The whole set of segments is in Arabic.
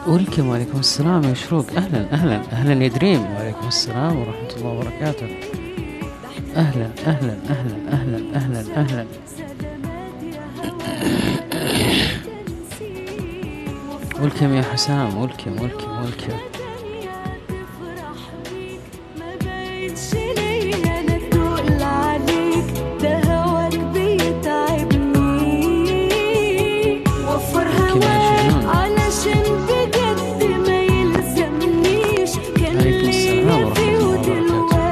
ولكم. وعليكم السلام يا شروق. أهلا أهلا أهلا يا دريم. وعليكم السلام ورحمة الله وبركاته. أهلا أهلا أهلا أهلا أهلا أهلا. ولكم يا حسام. ولكم ولكم ولكم. ولكم يا شجون. عليكم السلام ورحمة الله وبركاته.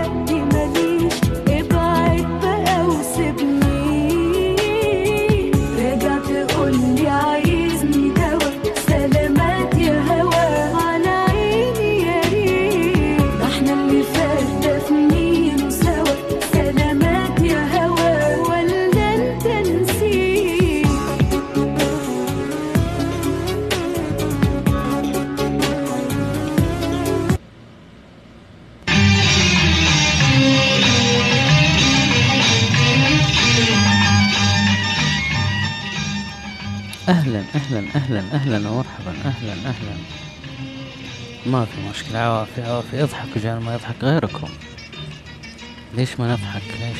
أهلا أهلا أهلا أهلا ومرحبا. أهلا أهلا. ما في مشكلة. عوافي عوافي. اضحكوا جان ما يضحك غيركم. ليش ما نضحك؟ ليش؟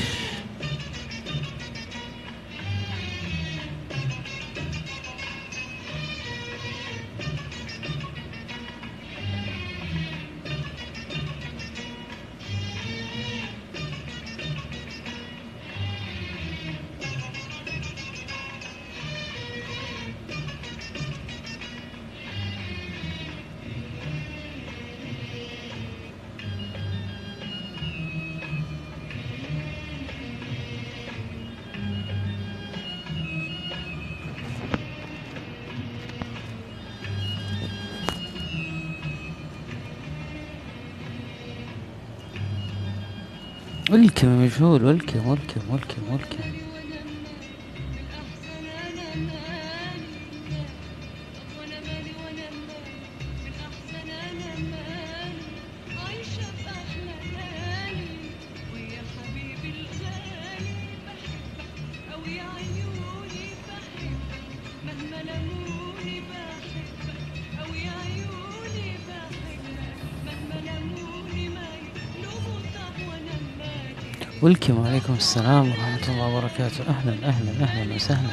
ولكم يا مجهول. ولكم ولكم ولكم ولكم. ولكم. وعليكم السلام ورحمة الله وبركاته. أهلا أهلا أهلا وسهلا.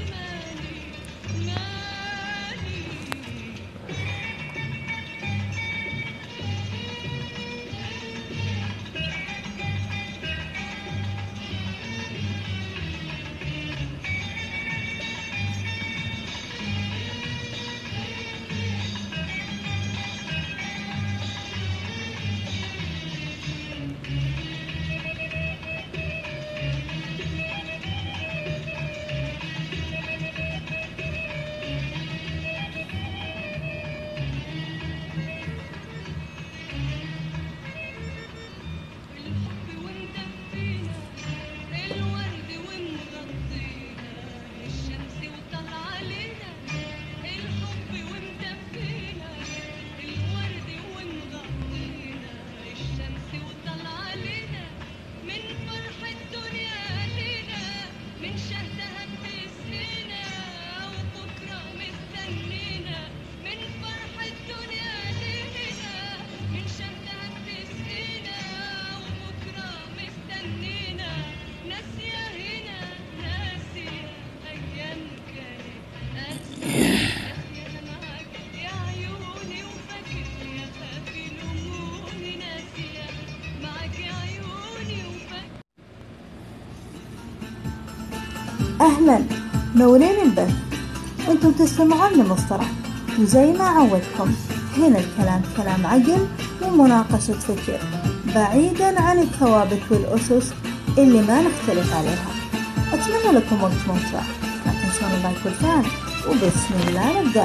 أهلا، منورين البث. أنتم تستمعون لمصطلح، وزي ما عودكم هنا الكلام كلام عقل ومناقشة فكر، بعيدا عن الثوابت والأسس اللي ما نختلف عليها. أتمنى لكم وقت ممتع، لا تنسون اللايك والفان، وبسم الله نبدأ.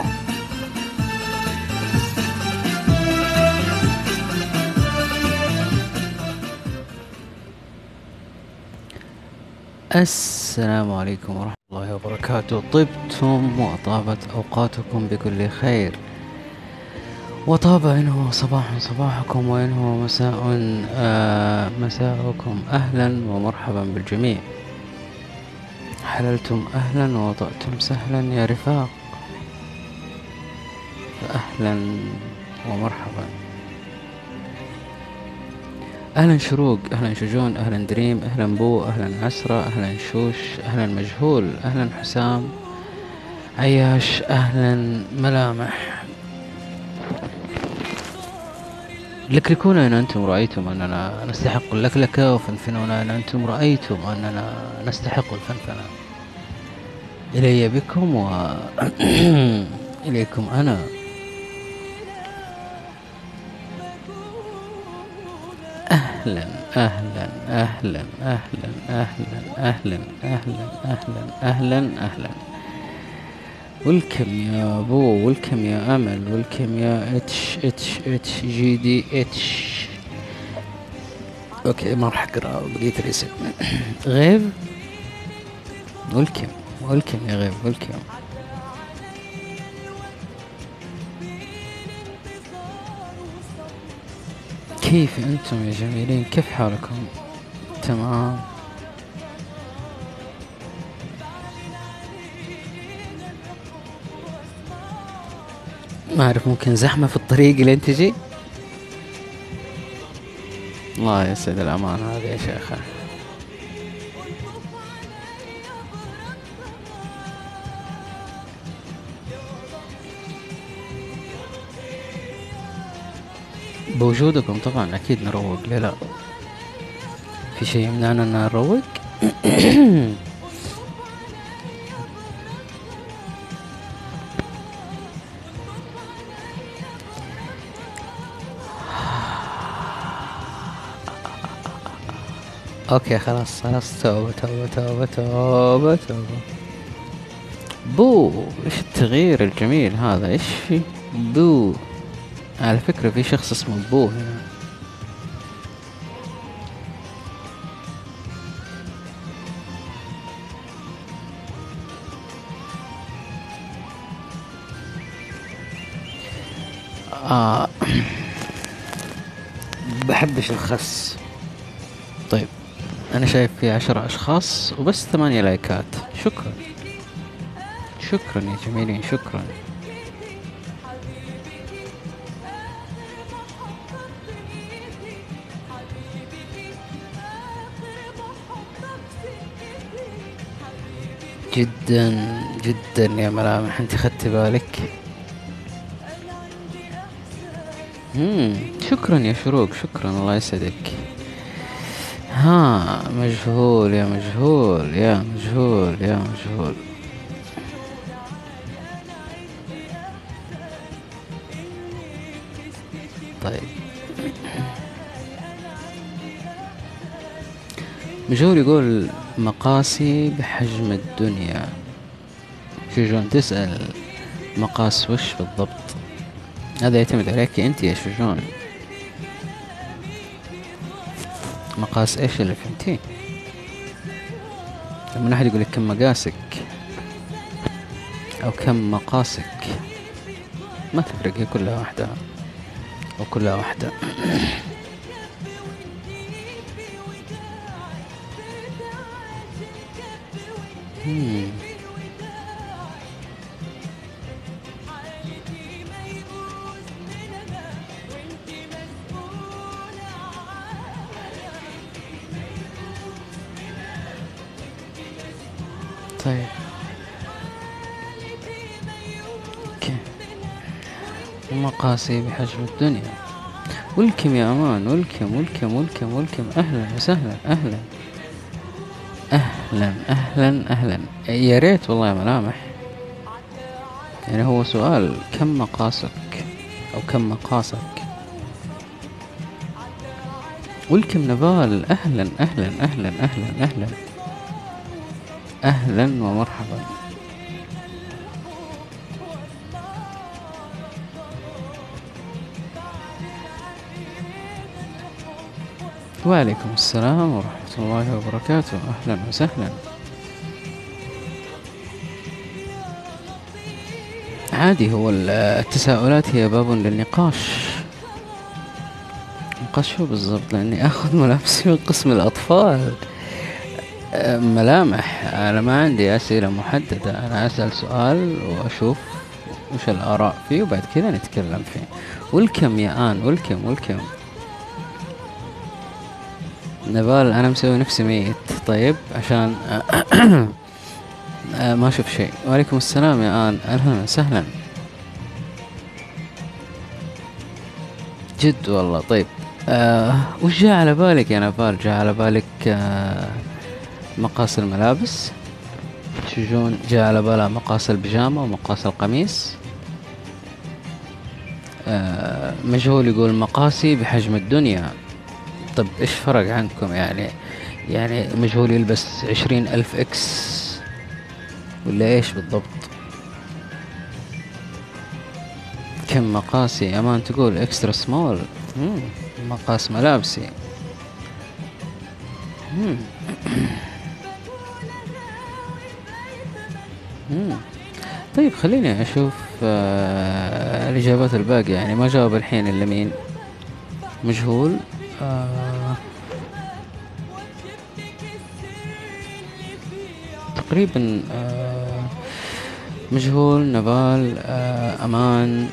السلام عليكم ورحمة الله وبركاته. طبتم وطابت أوقاتكم بكل خير، وطاب إنه صباح صباحكم وإنه مساء مساءكم. أهلا ومرحبا بالجميع. حللتم أهلا ووطأتم سهلا يا رفاق. فأهلا ومرحبا. أهلا شروق، أهلا شجون، أهلا دريم، أهلا بو، أهلا عسرة، أهلا شوش، أهلا مجهول، أهلا حسام، عياش، أهلا ملامح. لكلكونا إن أنتم رأيتم أننا نستحق اللكلكة، وفنفنونا إن أنتم رأيتم أننا نستحق الفنفنة. إلي بكم وإليكم أنا. أهلا أهلا أهلا أهلا أهلا أهلا أهلا أهلا أهلا أهلا. ولكم يا بو، ولكم يا أمل، ولكم يا اتش جي دي اتش. اوكي ما راح اقرا بقية الاسم. غيب، ولكم ولكم يا غيب، ولكم. كيف انتم يا جميلين؟ كيف حالكم؟ تمام. ما اعرف، ممكن زحمة في الطريق لين تجي. الله يسعد الامان هذا يا شيخة. بوجودكم طبعا اكيد نروق، ليه لا؟ في شيء يمنعنا ان نروق؟ اوكي خلاص خلاص، توبة توبة توبة توبة توبة. بو، ايش التغيير الجميل هذا؟ ايش في بو؟ على فكرة في شخص اسمه بو هنا. بحبش الخس. طيب انا شايف في 10 اشخاص وبس 8 لايكات. شكرا شكرا يا جميلين، شكرا. جدا جدا يا ملامح، انت خدت بالك؟ شكرا يا شروق، شكرا، الله يسعدك. ها مجهول يا مجهول يا مجهول يا مجهول. طيب مجهول يقول مقاسي بحجم الدنيا. شجون تسأل مقاس وش بالضبط؟ هذا يعتمد عليك انت يا شجون. مقاس ايش اللي فهمتيه؟ لما احد يقول لك كم مقاسك او كم مقاسك ما تفرق، هي كلها واحدة او كلها واحدة. طيب اوكي. مقاسي بحجم الدنيا. ولكم يا امان، ولكم ولكم ولكم ولكم. اهلا وسهلا، اهلا اهلا اهلا اهلا. يا ريت والله يا ملامح، يعني هو سؤال كم مقاسك او كم مقاسك. ولكم نبال، اهلا اهلا اهلا اهلا اهلا اهلا ومرحبا. وعليكم السلام ورحمة الله وبركاته، اهلا وسهلا. عادي، هو التساؤلات هي باب للنقاش. نقاش شو بالضبط؟ لاني اخذ ملابسي من قسم الاطفال. ملامح، انا ما عندي اسئلة محددة، انا اسأل سؤال واشوف وش الآراء فيه، وبعد كذا نتكلم فيه. ولكم يا آن، ولكم نبال. أنا مسوي نفسي ميت طيب عشان ما أشوف شيء. وعليكم السلام يا آن، أهلا وسهلا. جد والله. طيب وش جاء على بالك يا نبال؟ جاء على بالك مقاس الملابس؟ شجون جاء على بالها مقاس البيجامة ومقاس القميص؟ مجهول يقول مقاسي بحجم الدنيا. طب ايش فرق عنكم يعني مجهول يلبس 20,000 اكس ولا ايش بالضبط؟ كم مقاسي؟ امان تقول اكسترا سمول. مقاس ملابسي. طيب خليني اشوف الاجابات الباقية. يعني ما جاوب الحين الا مين؟ مجهول. تقريبا مجهول، نبال، امان.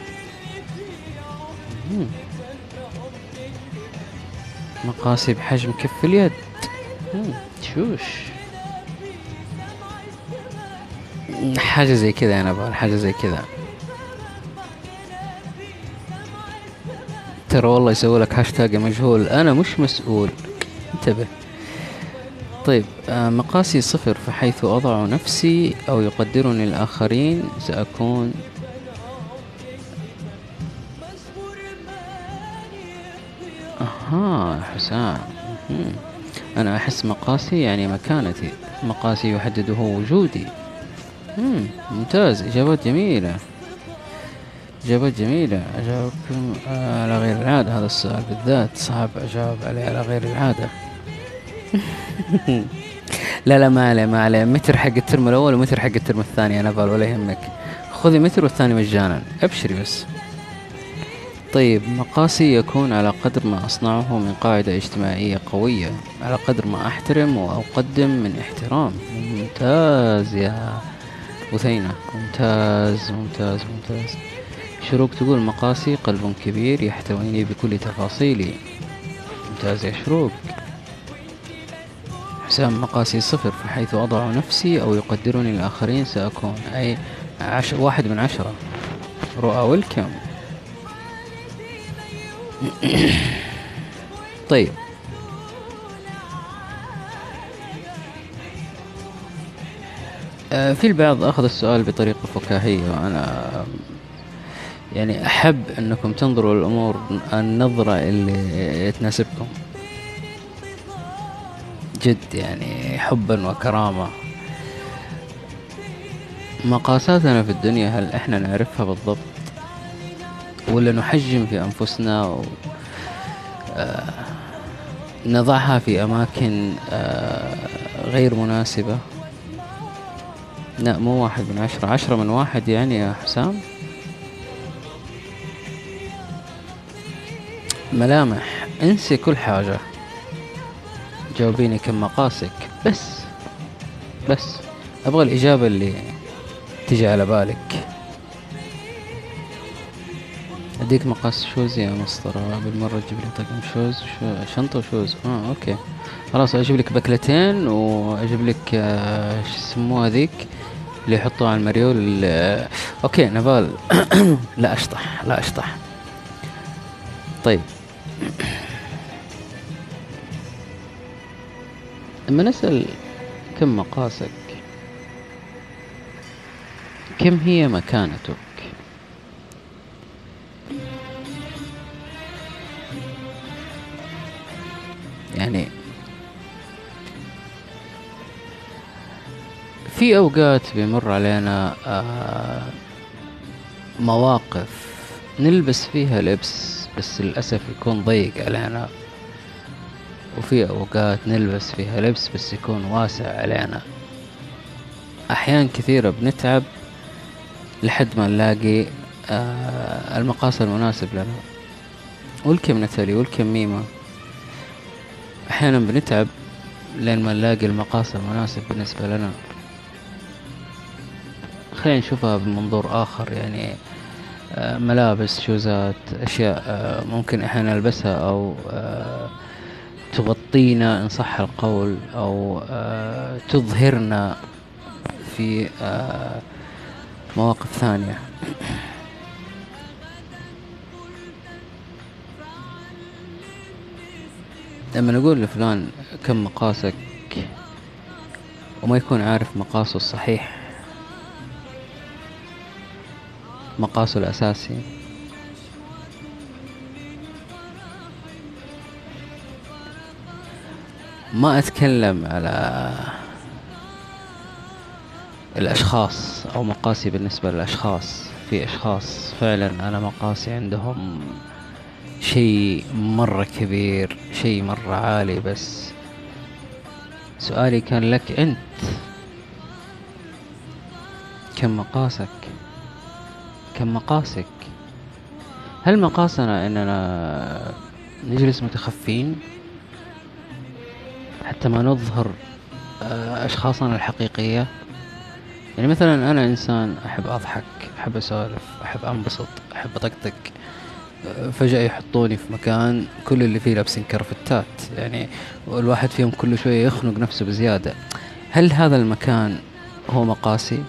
مقاسي بحجم كف اليد. شوش حاجة زي كذا يا نبال، حاجة زي كذا. ترى والله يسوي لك هاشتاج مجهول، انا مش مسؤول، انتبه. طيب مقاسي 0، فحيث أضع نفسي أو يقدرني الآخرين سأكون. حسام. أنا أحس مقاسي يعني مكانتي، مقاسي يحدده وجودي. ممتاز، إجابات جميلة، إجابات جميلة. أجاوبكم على غير العادة. هذا السؤال بالذات صعب أجاوب عليه على غير العادة. لا ما عليه متر حق الترم الأول ومتر حق الترم الثاني يا نبال، ولا يهمك، خذي متر والثاني مجانا، أبشري بس. طيب مقاسي يكون على قدر ما أصنعه من قاعدة اجتماعية قوية، على قدر ما أحترم وأقدم من احترام. ممتاز يا بثينة، ممتاز ممتاز ممتاز. شروق تقول مقاسي قلب كبير يحتويني بكل تفاصيلي. ممتاز يا شروق. حسام مقاسي 0، فحيث أضع نفسي أو يقدرني الآخرين سأكون، أي 1 من 10. رؤى ويلكم. طيب في البعض أخذ السؤال بطريقة فكاهية، وأنا يعني أحب أنكم تنظروا للأمور النظرة اللي تناسبكم جد، يعني حبا وكرامة. مقاساتنا في الدنيا هل إحنا نعرفها بالضبط، ولا نحجم في أنفسنا نضعها في أماكن غير مناسبة؟ لا مو 1 من 10، 10 من 1 يعني يا حسام. ملامح، انسي كل حاجة، جاوبيني كم مقاسك بس أبغى الإجابة اللي تجي على بالك. أديك مقاس شوز يا مسطرة، بالمرة تجيب لي طقم شوز شنطة وشوز. أوكي خلاص، أجيب لك بكلتين وأجيب لك شو يسموها ذيك اللي يحطوها على المريول. أوكي نبال. لا أشطح. طيب لما نسأل كم مقاسك، كم هي مكانتك؟ يعني في أوقات بيمر علينا مواقف نلبس فيها لبس بس للأسف يكون ضيق علينا، وفي أوقات نلبس فيها لبس بس يكون واسع علينا. أحيان كثيرة بنتعب لحد ما نلاقي المقاس المناسب لنا. والكم نتالي والكم ميمة، أحيانا بنتعب لين ما نلاقي المقاس المناسب بالنسبة لنا. خلينا نشوفها بمنظور آخر، يعني ملابس، شوزات، أشياء ممكن إحنا نلبسها أو تغطينا إن صح القول، أو تظهرنا في مواقف ثانية. لما نقول لفلان كم مقاسك وما يكون عارف مقاسه الصحيح، مقاسه الأساسي، ما أتكلم على الأشخاص أو مقاسي بالنسبة للأشخاص. في أشخاص فعلا أنا مقاسي عندهم شيء مرة كبير، شيء مرة عالي، بس سؤالي كان لك أنت، كم مقاسك؟ كم مقاسك؟ هل مقاسنا أننا نجلس متخفين حتى ما نظهر أشخاصنا الحقيقية؟ يعني مثلا أنا إنسان أحب أضحك، أحب أسولف، أحب أنبسط، أحب أطقطق، فجأة يحطوني في مكان كل اللي فيه لابسين كرفتات، يعني والواحد فيهم كل شوية يخنق نفسه بزيادة. هل هذا المكان هو مقاسي؟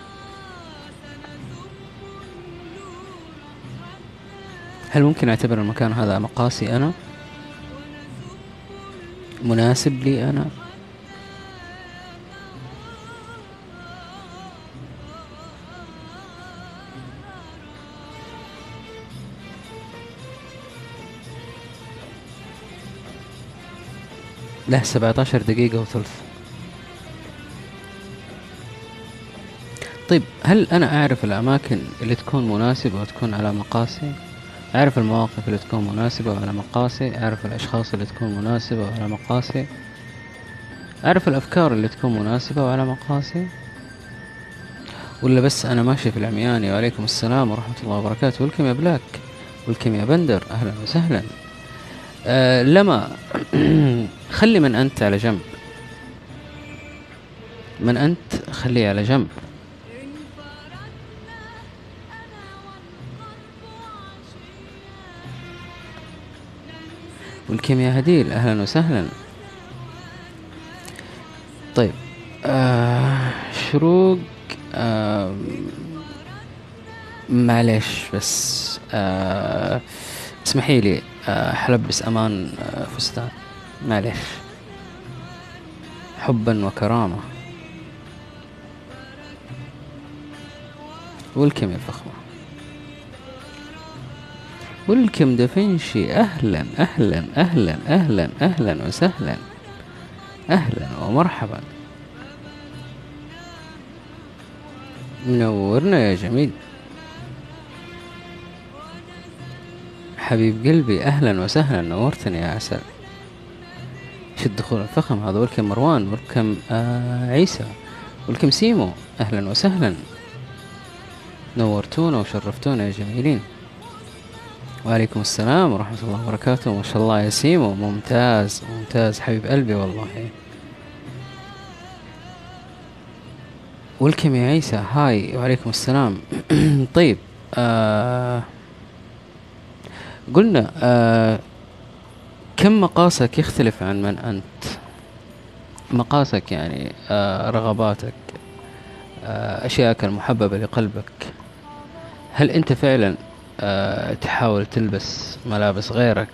هل ممكن أعتبر المكان هذا مقاسي أنا؟ مناسب لي أنا؟ له 17 دقيقة وثلث. طيب هل أنا أعرف الأماكن اللي تكون مناسبة وتكون على مقاسي؟ أعرف المواقف اللي تكون مناسبة وعلى مقاسي؟ أعرف الأشخاص اللي تكون مناسبة وعلى مقاسي؟ أعرف الأفكار اللي تكون مناسبة وعلى مقاسي؟ ولا بس أنا ماشي في العمياني وعليكم السلام ورحمة الله وبركاته، ولكم يا بلاك، ولكم يا بندر، أهلا وسهلا. لما خلي من أنت على جنب، من أنت خليه على جنب. ولكم يا هديل، أهلا وسهلا. طيب شروق، معلش بس اسمحي لي حلبس أمان فستان، معلش، حبا وكرامة. ولكم يا الفخمة، ولكم دافنشي، أهلا أهلا أهلا أهلا أهلا وسهلا، أهلا ومرحبا، منورنا يا جميل، حبيب قلبي، أهلا وسهلا، نورتني يا عسل. شد دخول الفخم هذا. ولكم مروان، ولكم عيسى، ولكم سيمو، أهلا وسهلا، نورتونا وشرفتونا يا جميلين. وعليكم السلام ورحمة الله وبركاته. ما شاء الله يا سيمو، ممتاز ممتاز حبيب قلبي والله. ولكم يا عيسى، هاي، وعليكم السلام. طيب قلنا كم مقاسك يختلف عن من أنت. مقاسك يعني رغباتك، أشياءك المحببة لقلبك. هل أنت فعلا تحاول تلبس ملابس غيرك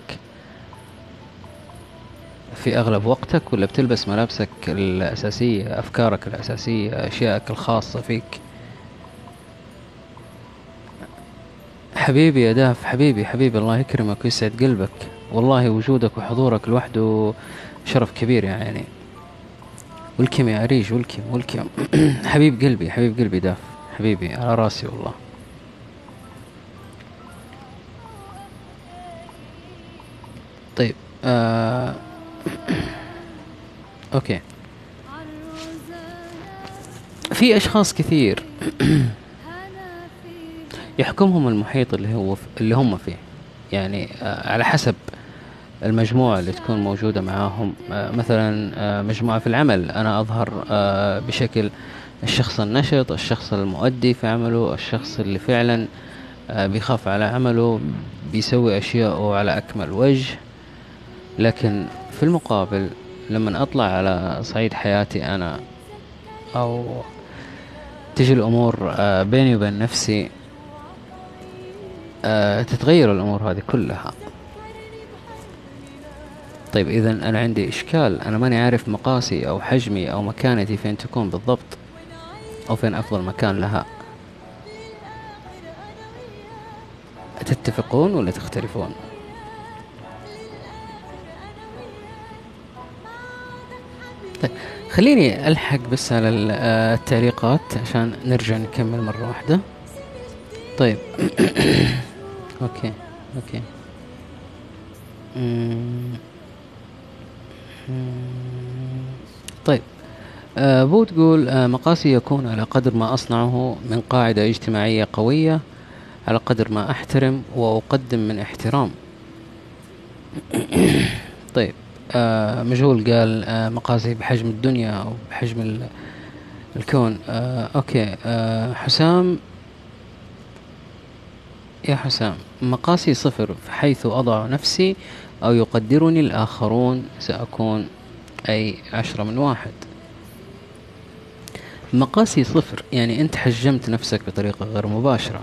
في أغلب وقتك، ولا بتلبس ملابسك الأساسية، أفكارك الأساسية، أشياءك الخاصة فيك؟ حبيبي يا داف، حبيبي حبيبي، الله يكرمك ويسعد قلبك، والله وجودك وحضورك لوحده شرف كبير يعني. ولكم يا عريج، ولكم ولكم. حبيب قلبي، حبيب قلبي داف، حبيبي على راسي والله. طيب اوكي، في اشخاص كثير يحكمهم المحيط اللي هم فيه، يعني على حسب المجموعة اللي تكون موجودة معاهم. مثلا مجموعة في العمل، أنا أظهر بشكل الشخص النشط، الشخص المؤدي في عمله، الشخص اللي فعلا بيخاف على عمله، بيسوي أشياءه على أكمل وجه. لكن في المقابل لما أطلع على صعيد حياتي أنا، أو تجي الأمور بيني وبين نفسي، تتغير الأمور هذه كلها. طيب إذا أنا عندي إشكال، أنا ماني عارف مقاسي أو حجمي أو مكانتي فين تكون بالضبط، أو فين أفضل مكان لها. تتفقون ولا تختلفون؟ طيب خليني ألحق بس على التعليقات عشان نرجع نكمل مرة واحدة. طيب أوكي أوكي. طيب بو تقول مقاسي يكون على قدر ما أصنعه من قاعدة اجتماعية قوية، على قدر ما أحترم وأقدم من احترام. طيب مجهول قال مقاسي بحجم الدنيا أو بحجم الكون. أوكي. حسام، يا حسام، مقاسي 0 حيث أضع نفسي أو يقدرني الآخرون سأكون أي 10 من 1. مقاسي 0 يعني أنت حجمت نفسك بطريقة غير مباشرة،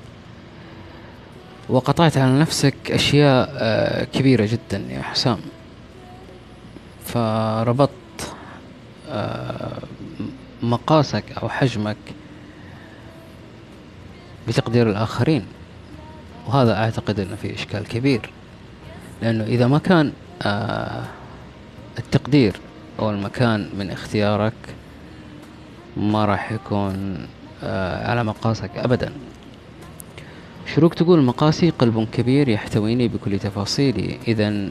وقطعت على نفسك أشياء كبيرة جدا يا حسام، فربطت مقاسك أو حجمك بتقدير الآخرين، وهذا أعتقد أنه فيه إشكال كبير. لأنه إذا ما كان التقدير أو المكان من اختيارك، ما راح يكون على مقاسك أبدا. شروق تقول مقاسي قلب كبير يحتويني بكل تفاصيلي. إذن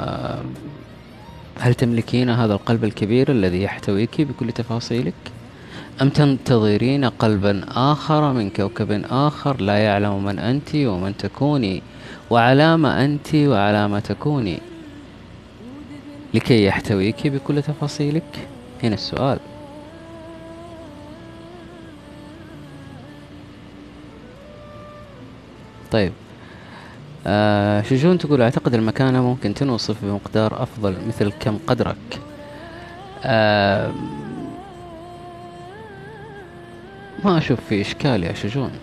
هل تملكين هذا القلب الكبير الذي يحتويك بكل تفاصيلك، أم تنتظرين قلبا آخر من كوكب آخر لا يعلم من أنت ومن تكوني وعلامة أنت وعلامة تكوني لكي يحتويك بكل تفاصيلك؟ هنا السؤال. طيب شجون تقول أعتقد المكانة ممكن تنوصف بمقدار أفضل، مثل كم قدرك. ما أشوف في إشكال يا شجون.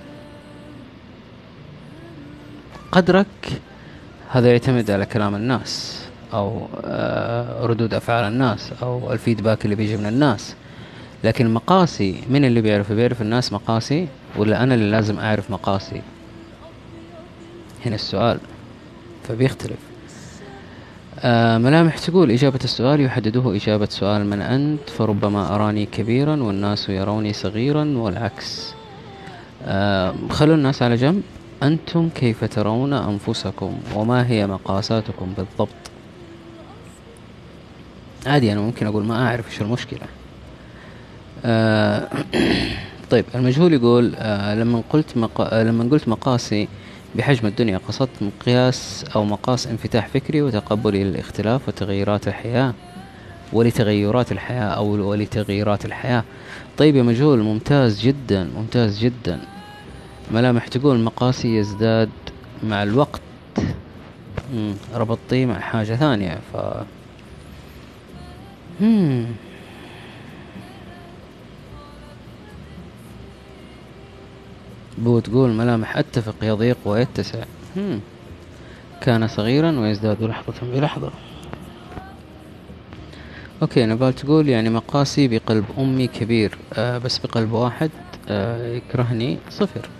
قدرك هذا يعتمد على كلام الناس، أو ردود أفعال الناس، أو الفيدباك اللي بيجي من الناس. لكن مقاسي، من اللي بيعرف الناس مقاسي، ولا أنا اللي لازم أعرف مقاسي؟ هنا السؤال، فبيختلف. ملامح تقول إجابة السؤال يحدده إجابة سؤال من أنت، فربما أراني كبيرا والناس يروني صغيرا والعكس. خلوا الناس على جنب. أنتم كيف ترون أنفسكم، وما هي مقاساتكم بالضبط؟ عادي، أنا ممكن أقول ما أعرف إيش المشكلة. طيب المجهول يقول لما قلت مقاسي بحجم الدنيا، قصدت مقياس أو مقاس انفتاح فكري وتقبلي للاختلاف وتغيرات الحياة ولتغيرات الحياة أو ولتغييرات الحياة. طيب يا مجهول، ممتاز جدا ممتاز جدا. ملامح تقول مقاسي يزداد مع الوقت. ربطيه مع حاجة ثانية. بو تقول ملامح أتفق، يضيق ويتسع. كان صغيرا ويزداد لحظة بلحظة. أوكي. نبال تقول يعني مقاسي بقلب أمي كبير، بس بقلب واحد يكرهني 0.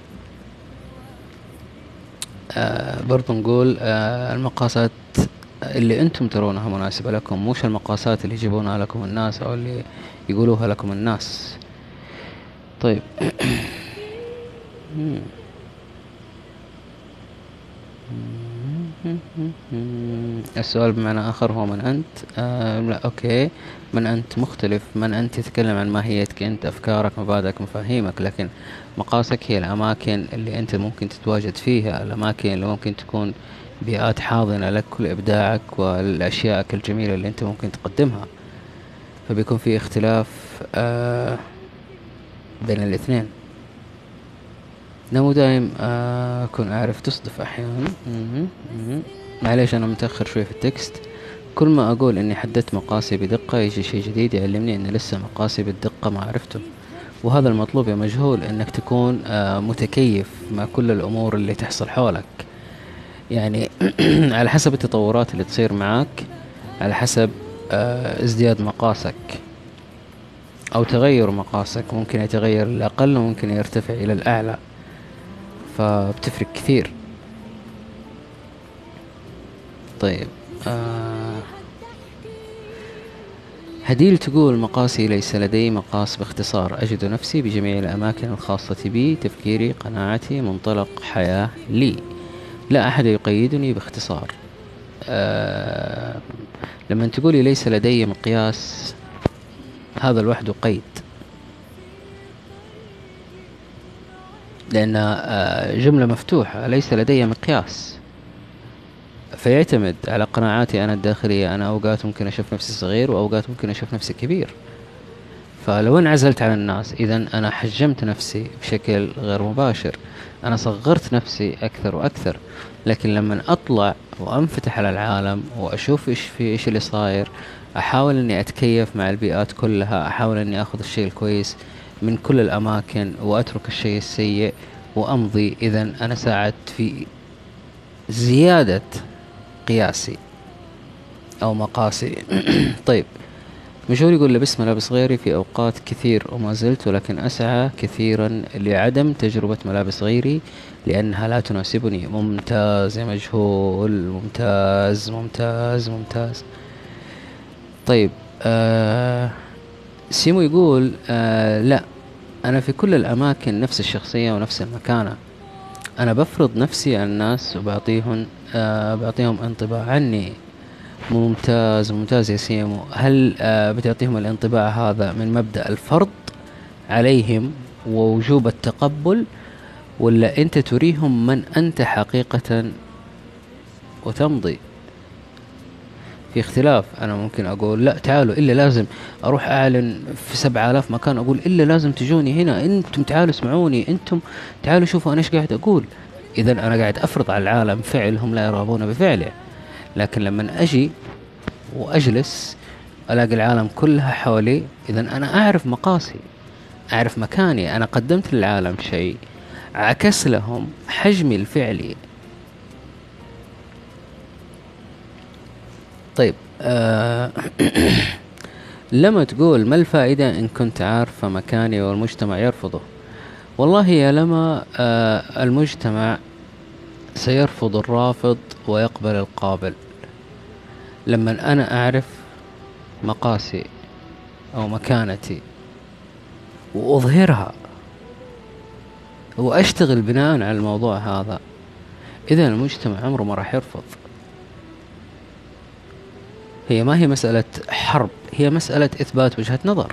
برضو نقول المقاسات اللي أنتم ترونها مناسبة لكم، مش المقاسات اللي يجيبونها لكم الناس أو اللي يقولوها لكم الناس. طيب السؤال بمعنى آخر هو من أنت. لا أوكي. من أنت مختلف. من أنت يتكلم عن ماهيتك أنت، أفكارك، مبادئك، مفاهيمك. لكن مقاسك هي الأماكن اللي أنت ممكن تتواجد فيها، الأماكن اللي ممكن تكون بيئات حاضنة لك كل إبداعك والأشياءك الجميلة اللي أنت ممكن تقدمها. فبيكون في اختلاف بين الاثنين. نمو دايم أكون أعرف تصدف أحيانا. معليش أنا متأخر شوي في التكست. كل ما أقول إني حددت مقاسي بدقة يجي شيء جديد يعلمني إن لسه مقاسي بالدقة ما عرفته، وهذا المطلوب يا مجهول، إنك تكون متكيف مع كل الأمور اللي تحصل حولك. يعني على حسب التطورات اللي تصير معاك، على حسب ازدياد مقاسك أو تغير مقاسك، ممكن يتغير للأقل وممكن يرتفع إلى الأعلى، فبتفرق كثير. طيب هديل تقول مقاسي ليس لدي مقاس، باختصار أجد نفسي بجميع الأماكن الخاصة بي، تفكيري قناعتي منطلق حياة لي، لا أحد يقيدني. باختصار لما تقولي ليس لدي مقياس، هذا لوحده قيد، لأن جملة مفتوحة، ليس لدي مقياس، فيعتمد على قناعاتي أنا الداخلية. أنا أوقات ممكن أشوف نفسي صغير وأوقات ممكن أشوف نفسي كبير، فلو انعزلت عن الناس إذن أنا حجمت نفسي بشكل غير مباشر، أنا صغرت نفسي أكثر وأكثر. لكن لما أطلع وأنفتح على العالم وأشوف إيش اللي صاير، أحاول أني أتكيف مع البيئات كلها، أحاول أني أخذ الشيء الكويس من كل الأماكن وأترك الشيء السيء وأمضي، إذن أنا ساعدت في زيادة قياسي أو مقاسي. طيب مشهور يقول لبست ملابس غيري في أوقات كثير وما زلت، ولكن أسعى كثيرا لعدم تجربة ملابس غيري لأنها لا تناسبني. ممتاز يا مجهول، ممتاز ممتاز ممتاز. طيب سيمو يقول لا، أنا في كل الأماكن نفس الشخصية ونفس المكانة، أنا بفرض نفسي على الناس وبعطيهم انطباع عني. ممتاز ممتاز يا سيمو. هل بتعطيهم الانطباع هذا من مبدأ الفرض عليهم ووجوب التقبل، ولا أنت تريهم من أنت حقيقة وتمضي؟ في اختلاف. أنا ممكن أقول لا تعالوا، إلا لازم أروح أعلن في 7000 مكان، أقول إلا لازم تجوني هنا، أنتم تعالوا اسمعوني، أنتم تعالوا شوفوا أنا إيش قاعد أقول. إذن أنا قاعد أفرض على العالم فعل هم لا يرغبون بفعله. لكن لما أجي وأجلس ألاقي العالم كلها حولي، إذن أنا أعرف مقاسي، أعرف مكاني، أنا قدمت للعالم شيء، عكس لهم حجمي الفعلي. طيب لما تقول ما الفائدة إن كنت عارفة مكاني والمجتمع يرفضه؟ والله يا لما المجتمع سيرفض الرافض ويقبل القابل. لما أنا أعرف مقاسي أو مكانتي وأظهرها وأشتغل بناء على الموضوع هذا، إذا المجتمع عمره ما راح يرفض. هي ما هي مسألة حرب، هي مسألة إثبات وجهة نظر،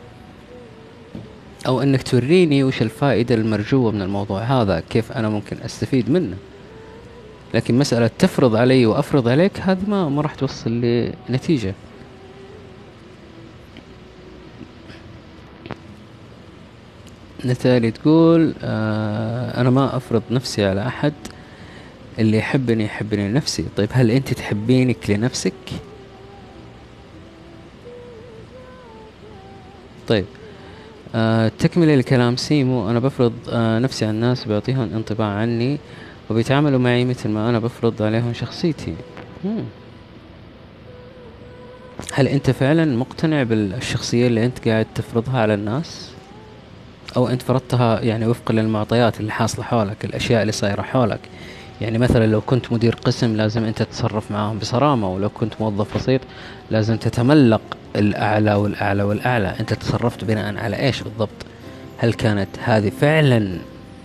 أو أنك توريني وش الفائدة المرجوة من الموضوع هذا، كيف أنا ممكن أستفيد منه. لكن مسألة تفرض علي وأفرض عليك، هذه ما راح توصل لنتيجة. نتالي تقول أنا ما أفرض نفسي على أحد، اللي يحبني يحبني لنفسي. طيب هل أنت تحبينك لنفسك؟ طيب تكمل الكلام سيمو، أنا بفرض نفسي على الناس بيعطيهم انطباع عني وبيتعاملوا معي مثل ما أنا بفرض عليهم شخصيتي. هل أنت فعلا مقتنع بالشخصية اللي أنت قاعد تفرضها على الناس، أو أنت فرضتها يعني وفقا للمعطيات اللي حاصلة حولك، الأشياء اللي صايرة حولك؟ يعني مثلا لو كنت مدير قسم لازم أنت تتصرف معهم بصرامة، ولو كنت موظف بسيط لازم تتملق الأعلى والأعلى والأعلى. أنت تصرفت بناء على إيش بالضبط؟ هل كانت هذه فعلا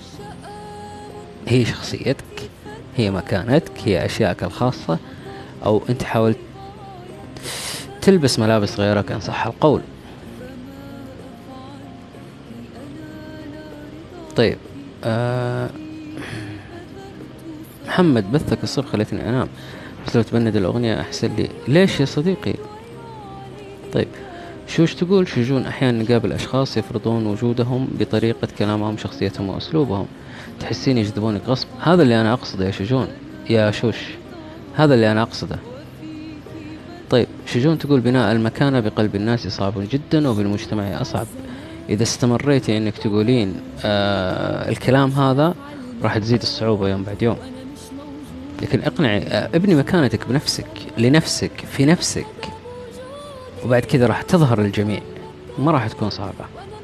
هي شخصيتك، هي مكانتك، هي أشياءك الخاصة، أو أنت حاولت تلبس ملابس غيرك إن صح القول؟ طيب محمد بثك الصبح خليتني أنام، بس لو تبند الأغنية أحسن لي. ليش يا صديقي؟ طيب شوش تقول شجون أحيانا نقابل أشخاص يفرضون وجودهم بطريقة كلامهم شخصيتهم وأسلوبهم، تحسين يجذبونك غصب. هذا اللي أنا أقصده يا شجون يا شوش، هذا اللي أنا أقصده. طيب شجون تقول بناء المكانة بقلب الناس صعب جدا وبالمجتمع أصعب. إذا استمريتي أنك تقولين الكلام هذا راح تزيد الصعوبة يوم بعد يوم. لكن اقنعي، ابني مكانتك بنفسك لنفسك في نفسك، وبعد كذا راح تظهر الجميع، ما راح تكون صعبة.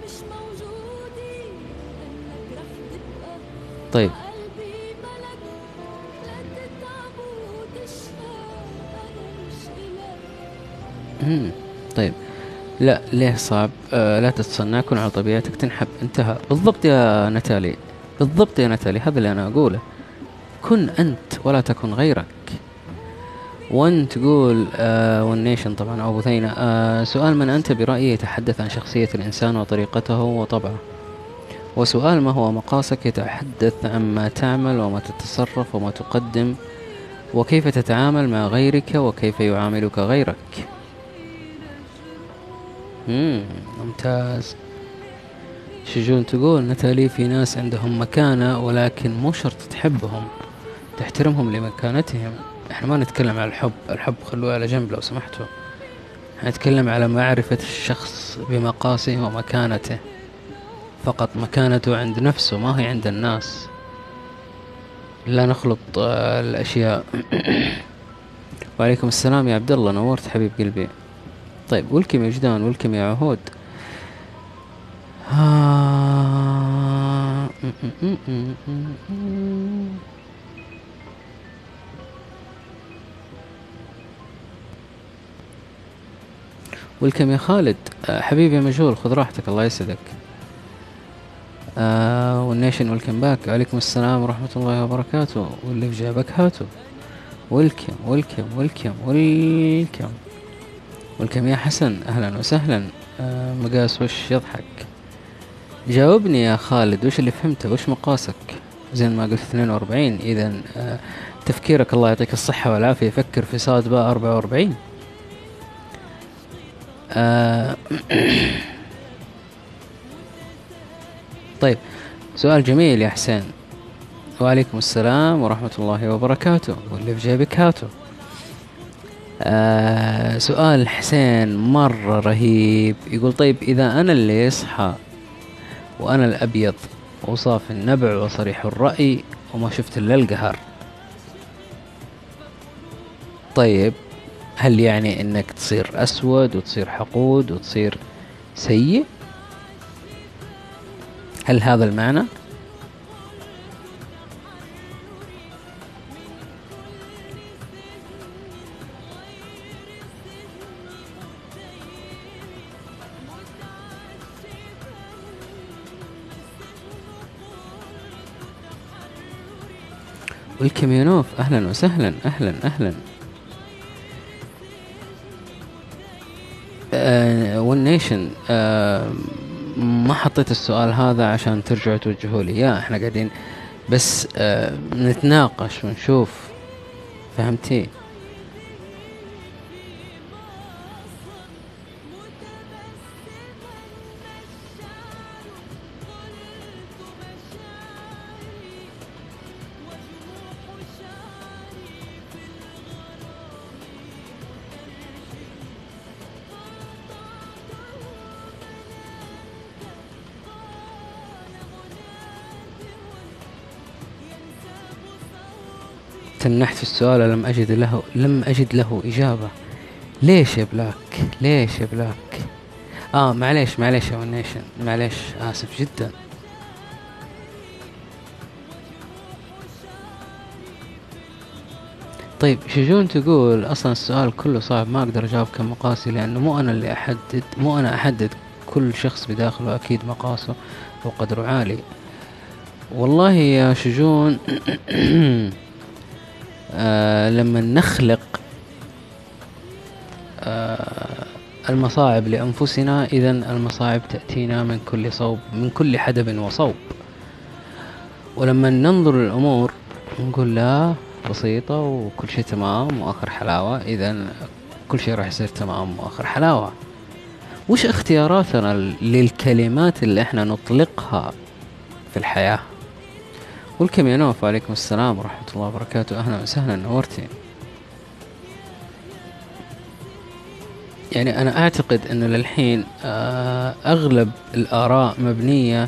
طيب طيب لا ليه صعب؟ لا تتصنع، كن على طبيعتك تنحب، انتهى. بالضبط يا نتالي، بالضبط يا نتالي، هذا اللي أنا أقوله. كن أنت ولا تكن غيرك. وان تقول والنيشن طبعا أو بثينة. سؤال من أنت برأيي يتحدث عن شخصية الإنسان وطريقته وطبعه، وسؤال ما هو مقاسك يتحدث عن ما تعمل وما تتصرف وما تقدم وكيف تتعامل مع غيرك وكيف يعاملك غيرك. ممتاز. شجون تقول نتالي في ناس عندهم مكانة ولكن مو شرط تحبهم، تحترمهم لمكانتهم. احنا ما نتكلم على الحب، الحب خلوه على جنب لو سمحتوا، نتكلم على معرفة الشخص بمقاسه ومكانته فقط. مكانته عند نفسه ما هي عند الناس، لا نخلط الأشياء. وعليكم السلام يا عبد الله، نورت حبيب قلبي. طيب ولكم يا وجدان، ولكم يا عهود. ولكم يا خالد. حبيبي يا مجهول، خذ راحتك الله يسعدك. والنيشن ولكم باك. وعليكم السلام ورحمة الله وبركاته، واللي في جابك هاتو. ولكم ولكم ولكم ولكم ولكم يا حسن، أهلا وسهلا. مقاس وش يضحك؟ جاوبني يا خالد، وش اللي فهمته؟ وش مقاسك؟ زين ما قلت 42. إذا تفكيرك الله يعطيك الصحة والعافية، فكر في صاد باء 44. طيب سؤال جميل يا حسين. وعليكم السلام ورحمة الله وبركاته، واللي في جيبك هاتو. سؤال حسين مرة رهيب. يقول طيب إذا أنا اللي يصحى وأنا الأبيض وصاف النبع وصريح الرأي وما شفت إلا القهر، طيب هل يعني إنك تصير أسود وتصير حقود وتصير سيء؟ هل هذا المعنى؟ والكميونوف أهلا وسهلا، أهلا أهلا. والنيشن ما حطيت السؤال هذا عشان ترجعوا توجهوا لي، يا احنا قاعدين بس نتناقش ونشوف، فهمتي؟ تنحت في السؤال، لم أجد له إجابة. ليش يا بلاك؟ ليش يا بلاك؟ معليش يا ونيشن، معليش، آسف جدا. طيب شجون تقول أصلا السؤال كله صعب، ما أقدر أجاوب كمقاسي لأنه مو أنا أحدد كل شخص بداخله، أكيد مقاسه وقدره عالي. والله يا شجون لما نخلق المصاعب لأنفسنا، إذن المصاعب تأتينا من كل صوب، من كل حدب وصوب. ولما ننظر للأمور نقول لا بسيطة وكل شيء تمام وآخر حلاوة، إذن كل شيء راح يصير تمام وآخر حلاوة. وش اختياراتنا للكلمات اللي احنا نطلقها في الحياة؟ ولكم يا نوف، وعليكم السلام ورحمة الله وبركاته، أهلا وسهلا، نورتي. يعني أنا أعتقد أنه للحين أغلب الآراء مبنية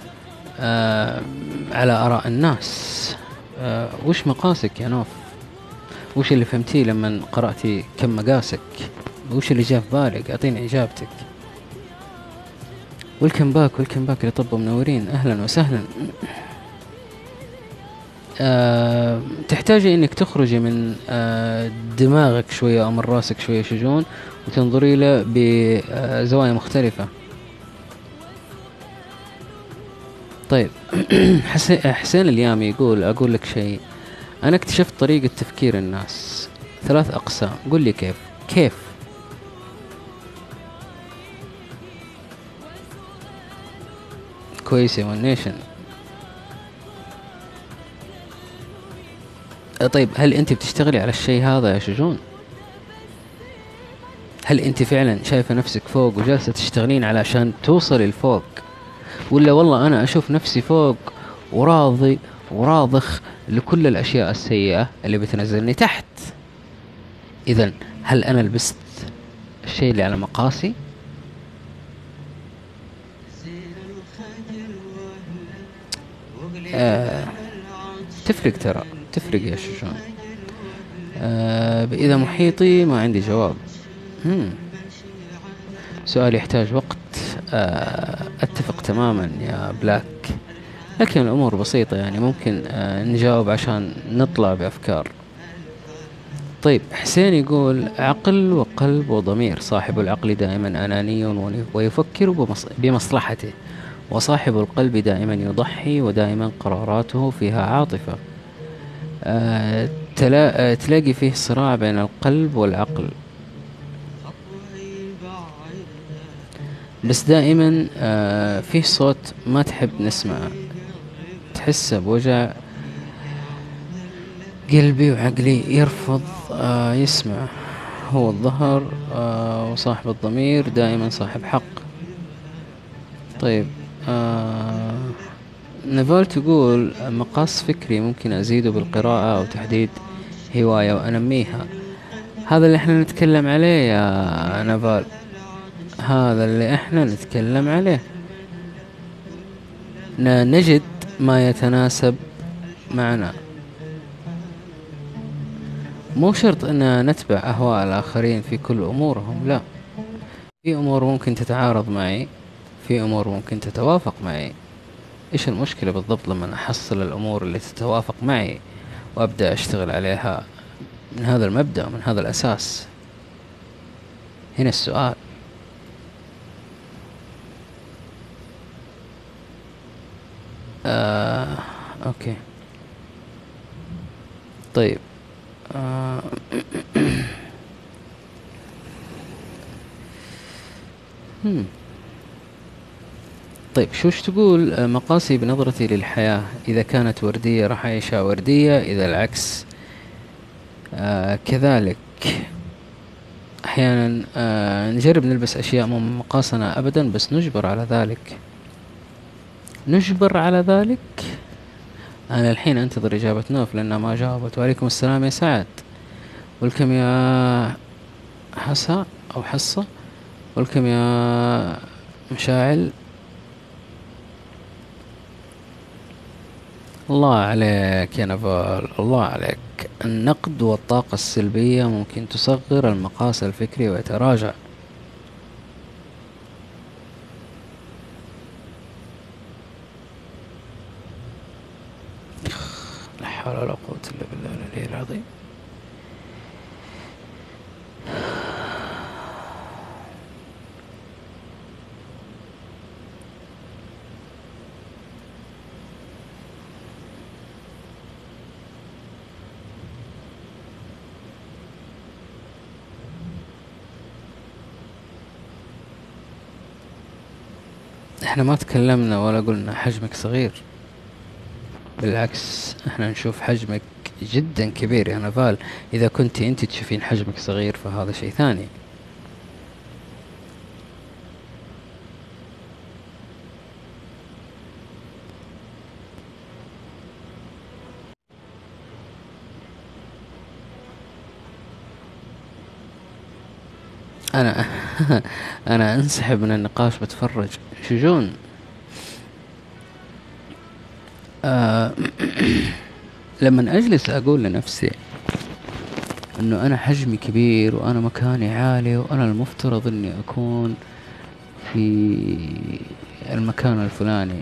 على آراء الناس. وش مقاسك يا نوف؟ وش اللي فهمتيه لما قرأتي كم مقاسك؟ وش اللي جاء في بالك؟ أعطيني إجابتك. ويلكم باك اللي طبوا منورين، أهلا وسهلا. تحتاجي انك تخرجي من دماغك شوية او من راسك شوية شجون، وتنظري له بزوايا مختلفة. طيب حسين اليامي يقول اقول لك شيء، انا اكتشفت طريقة تفكير الناس 3 اقسام. قل لي كيف؟ كويس يا ونيشن. طيب هل انت بتشتغلي على الشيء هذا يا شجون؟ هل انت فعلا شايفة نفسك فوق وجالسة تشتغلين علشان توصلي لفوق، ولا والله انا اشوف نفسي فوق وراضي وراضخ لكل الاشياء السيئة اللي بتنزلني تحت؟ اذا هل انا لبست الشيء اللي على مقاسي؟ تفرق، ترى تفرق يا شجون. إذا محيطي ما عندي جواب. سؤال يحتاج وقت. أتفق تماما يا بلاك، لكن الأمور بسيطة، يعني ممكن نجاوب عشان نطلع بأفكار. طيب حسين يقول عقل وقلب وضمير، صاحب العقل دائما أناني ويفكر بمصلحته، وصاحب القلب دائما يضحي ودائما قراراته فيها عاطفة. تلاقي فيه صراع بين القلب والعقل، بس دائما فيه صوت ما تحب نسمعه، تحسه بوجع قلبي وعقلي يرفض يسمع. هو الظهر، وصاحب الضمير دائما صاحب حق. طيب نفال تقول مقاس فكري ممكن أزيده بالقراءة أو تحديد هواية وأنميها. هذا اللي احنا نتكلم عليه يا نفال، هذا اللي احنا نتكلم عليه. نجد ما يتناسب معنا، مو شرط ان نتبع اهواء الاخرين في كل امورهم، لا، في امور ممكن تتعارض معي، في امور ممكن تتوافق معي. ايش المشكلة بالضبط لما احصل الامور اللي تتوافق معي وابدأ اشتغل عليها من هذا المبدأ ومن هذا الاساس؟ هنا السؤال. اوكي طيب طيب شوش تقول مقاسي بنظرتي للحياة، إذا كانت وردية راح أعيشها وردية، إذا العكس كذلك. أحيانا نجرب نلبس أشياء مو من مقاسنا أبدا، بس نجبر على ذلك، نجبر على ذلك. أنا الحين أنتظر إجابة نوف لأنها ما جاوبت. وعليكم السلام يا سعد، ولكم يا حسا أو حصة، ولكم يا مشاعل. الله عليك يا نفال، الله عليك. النقد والطاقة السلبية ممكن تصغر المقاس الفكري ويتراجع. لا حول ولا قوة إلا بالله العلي العظيم. احنا ما تكلمنا ولا قلنا حجمك صغير، بالعكس احنا نشوف حجمك جدا كبير يا نفال. اذا كنت انت تشوفين حجمك صغير فهذا شيء ثاني. أنا أنا أنسحب من النقاش بتفرج. شجون، آه لما أجلس أقول لنفسي إنه أنا حجمي كبير وأنا مكاني عالي وأنا المفترض إني أكون في المكان الفلاني،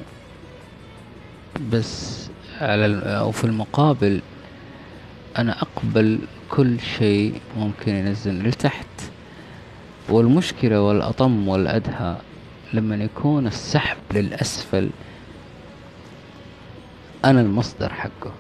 بس أو في المقابل أنا أقبل كل شيء ممكن ينزلني لتحت. والمشكلة والأطم والأدهى لما يكون السحب للأسفل أنا المصدر حقه.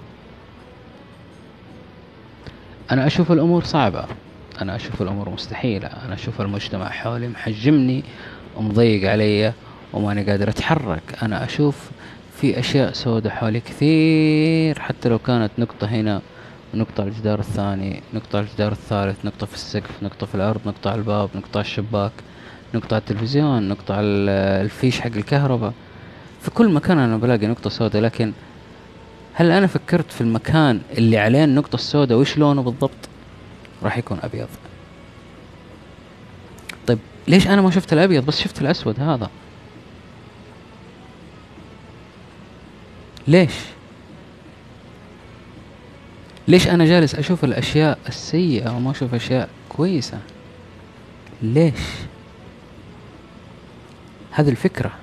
أنا أشوف الأمور صعبة، أنا أشوف الأمور مستحيلة، أنا أشوف المجتمع حولي محجمني ومضيق علي وماني قادر أتحرك. أنا أشوف في أشياء سودة حولي كثير، حتى لو كانت نقطة هنا ونقطة على الجدار الثاني، نقطة على الجدار الثالث، نقطة في السقف، نقطة في الأرض، نقطة على الباب، نقطة على الشباك، نقطة على التلفزيون، نقطة على الفيش حق الكهرباء. في كل مكان أنا بلاقي نقطة سودة. لكن هل أنا فكرت في المكان اللي عليه النقطة السوداء وإيش لونه بالضبط؟ راح يكون أبيض. طيب ليش أنا ما شفت الأبيض بس شفت الأسود هذا؟ ليش أنا جالس أشوف الأشياء السيئة وما أشوف أشياء كويسة؟ ليش؟ هذه الفكرة.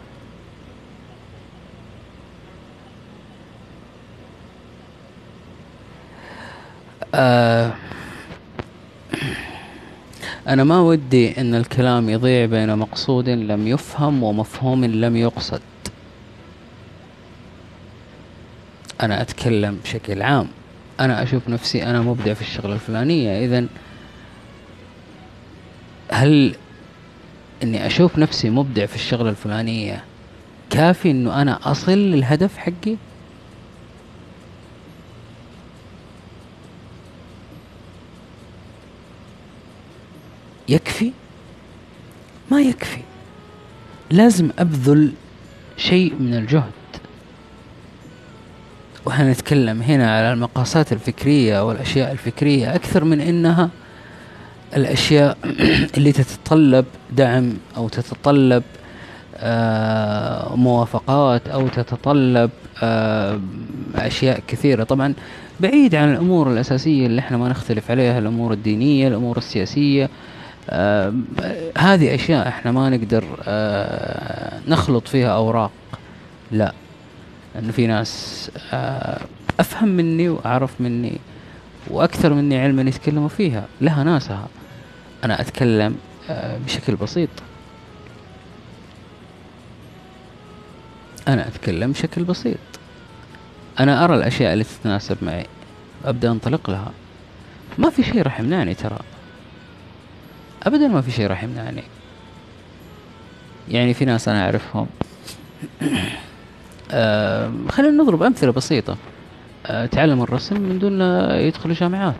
أنا ما ودي أن الكلام يضيع بين مقصود لم يفهم ومفهوم لم يقصد. أنا أتكلم بشكل عام. أنا أشوف نفسي أنا مبدع في الشغلة الفلانية، إذن هل أني أشوف نفسي مبدع في الشغلة الفلانية كافي أنه أنا أصل للهدف حقي؟ يكفي؟ ما يكفي، لازم أبذل شيء من الجهد. وهنتكلم هنا على المقاسات الفكرية والأشياء الفكرية أكثر من إنها الأشياء اللي تتطلب دعم أو تتطلب موافقات أو تتطلب أشياء كثيرة. طبعا بعيد عن الأمور الأساسية اللي احنا ما نختلف عليها، الأمور الدينية، الأمور السياسية، هذه أشياء احنا ما نقدر نخلط فيها أوراق. لا، أنه في ناس أفهم مني وأعرف مني وأكثر مني علما يتكلموا فيها، لها ناسها. أنا أتكلم بشكل بسيط، أنا أتكلم بشكل بسيط. أنا أرى الأشياء اللي تتناسب معي أبدأ أنطلق لها. ما في شيء راح يمنعني، ترى أبدا ما في شيء راح يمنعني. يعني في ناس أنا أعرفهم خلينا نضرب أمثلة بسيطة. تعلموا الرسم من دون يدخلوا جامعات.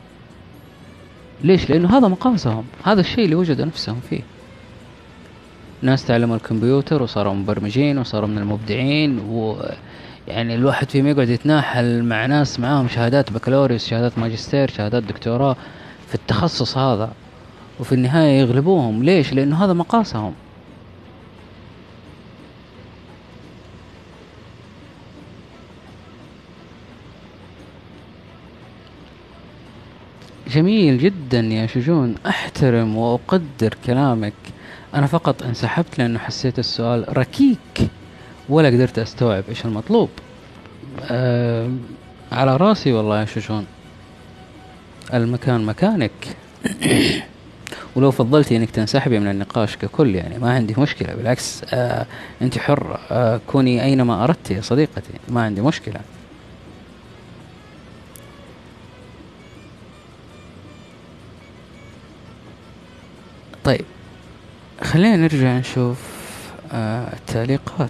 ليش؟ لأنه هذا مقاسهم، هذا الشيء اللي وجدوا نفسهم فيه. ناس تعلموا الكمبيوتر وصاروا مبرمجين وصاروا من المبدعين، ويعني الواحد فيهم يقعد يتناحل مع ناس معاهم شهادات بكالوريوس، شهادات ماجستير، شهادات دكتوراه في التخصص هذا، وفي النهاية يغلبوهم. ليش؟ لأنه هذا مقاسهم. جميل جدا يا شجون، أحترم وأقدر كلامك. أنا فقط انسحبت لأنه حسيت السؤال ركيك ولا قدرت أستوعب إيش المطلوب. على راسي والله يا شجون، المكان مكانك. ولو فضلتي انك تنسحبي من النقاش ككل يعني ما عندي مشكلة، بالعكس انت حرة، كوني اينما اردت يا صديقتي، ما عندي مشكلة. طيب خلينا نرجع نشوف التعليقات.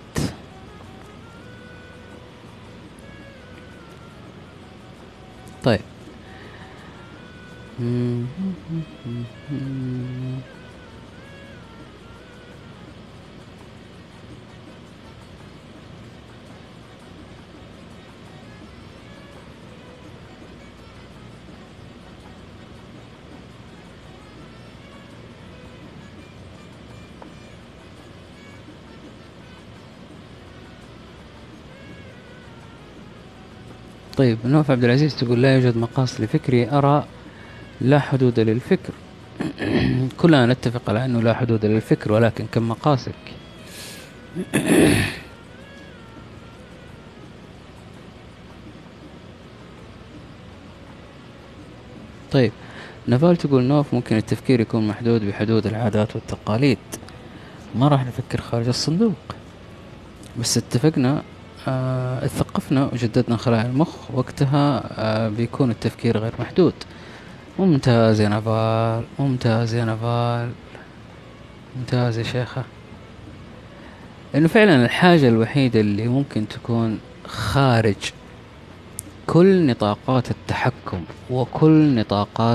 طيب طيب نوف عبد العزيز تقول لا يوجد مقاس لفكري، أرى لا حدود للفكر. كلنا نتفق على أنه لا حدود للفكر، ولكن كم مقاسك؟ طيب نفال تقول نوف ممكن التفكير يكون محدود بحدود العادات والتقاليد، ما راح نفكر خارج الصندوق. بس اتفقنا اتثقفنا وجددنا خلايا المخ، وقتها بيكون التفكير غير محدود. ممتاز يا نفال، ممتاز يا نفال، ممتاز يا شيخة. لأنه فعلا الحاجة الوحيدة اللي ممكن تكون خارج كل نطاقات التحكم وكل نطاقات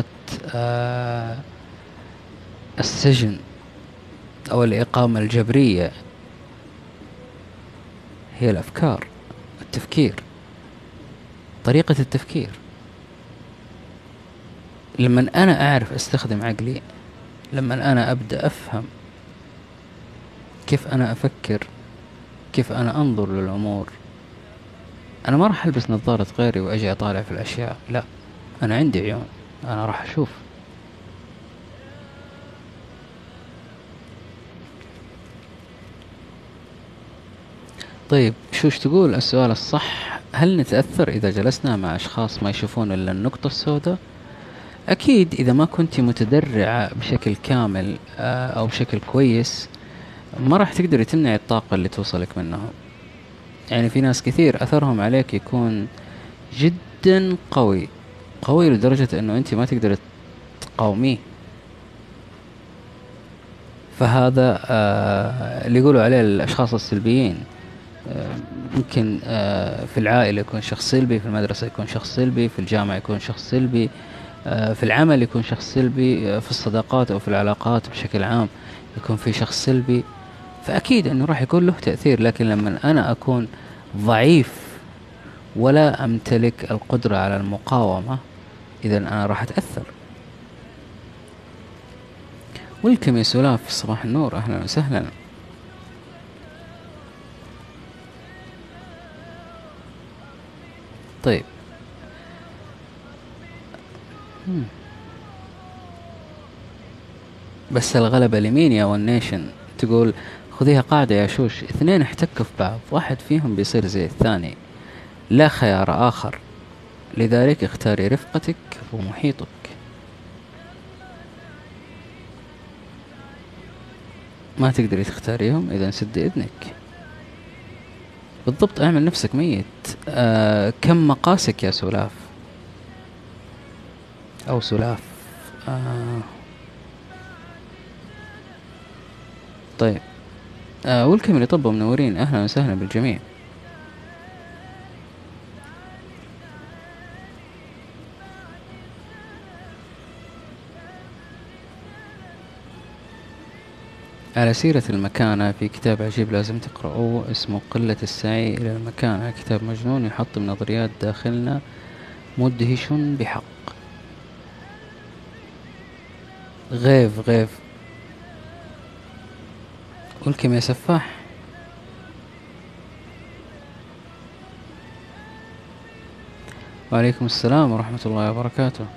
السجن أو الإقامة الجبرية هي الأفكار، التفكير، طريقة التفكير. لما أنا أعرف أستخدم عقلي، لما أنا أبدأ أفهم كيف أنا أفكر، كيف أنا أنظر للأمور، أنا ما راح ألبس نظارة غيري وأجي أطالع في الأشياء، لا، أنا عندي عيون، أنا راح أشوف. طيب شوش تقول السؤال الصح، هل نتأثر إذا جلسنا مع أشخاص ما يشوفون إلا النقطة السوداء؟ أكيد إذا ما كنت متدرعة بشكل كامل أو بشكل كويس ما راح تقدر تمنع الطاقة اللي توصلك منهم. يعني في ناس كثير أثرهم عليك يكون جدا قوي، قوي لدرجة أنه أنت ما تقدر تقاوميه. فهذا اللي يقولوا عليه الأشخاص السلبيين. ممكن في العائلة يكون شخص سلبي، في المدرسة يكون شخص سلبي، في الجامعة يكون شخص سلبي، في العمل يكون شخص سلبي، في الصداقات أو في العلاقات بشكل عام يكون في شخص سلبي. فأكيد أنه راح يكون له تأثير. لكن لما أنا أكون ضعيف ولا أمتلك القدرة على المقاومة، إذن أنا راح أتأثر. ولكم يا سلاف في صباح النور، أهلا وسهلا. طيب بس الغلبة لمين يا والنيشن؟ تقول خذيها قاعدة يا شوش، اثنين احتكوا في بعض، واحد فيهم بيصير زي الثاني، لا خيار آخر، لذلك اختاري رفقتك ومحيطك. ما تقدري تختاريهم، إذا سد إذنك. بالضبط، اعمل نفسك ميت. كم مقاسك يا سلاف أو سلاف؟ طيب ولكم اللي طبوا منورين، أهلا وسهلا بالجميع. على سيرة المكانة، في كتاب عجيب لازم تقرأوه اسمه قلة السعي إلى المكانة، كتاب مجنون يحطم نظريات داخلنا، مدهش بحق. غيف غيف ولكم يا سفاح. وعليكم السلام ورحمة الله وبركاته.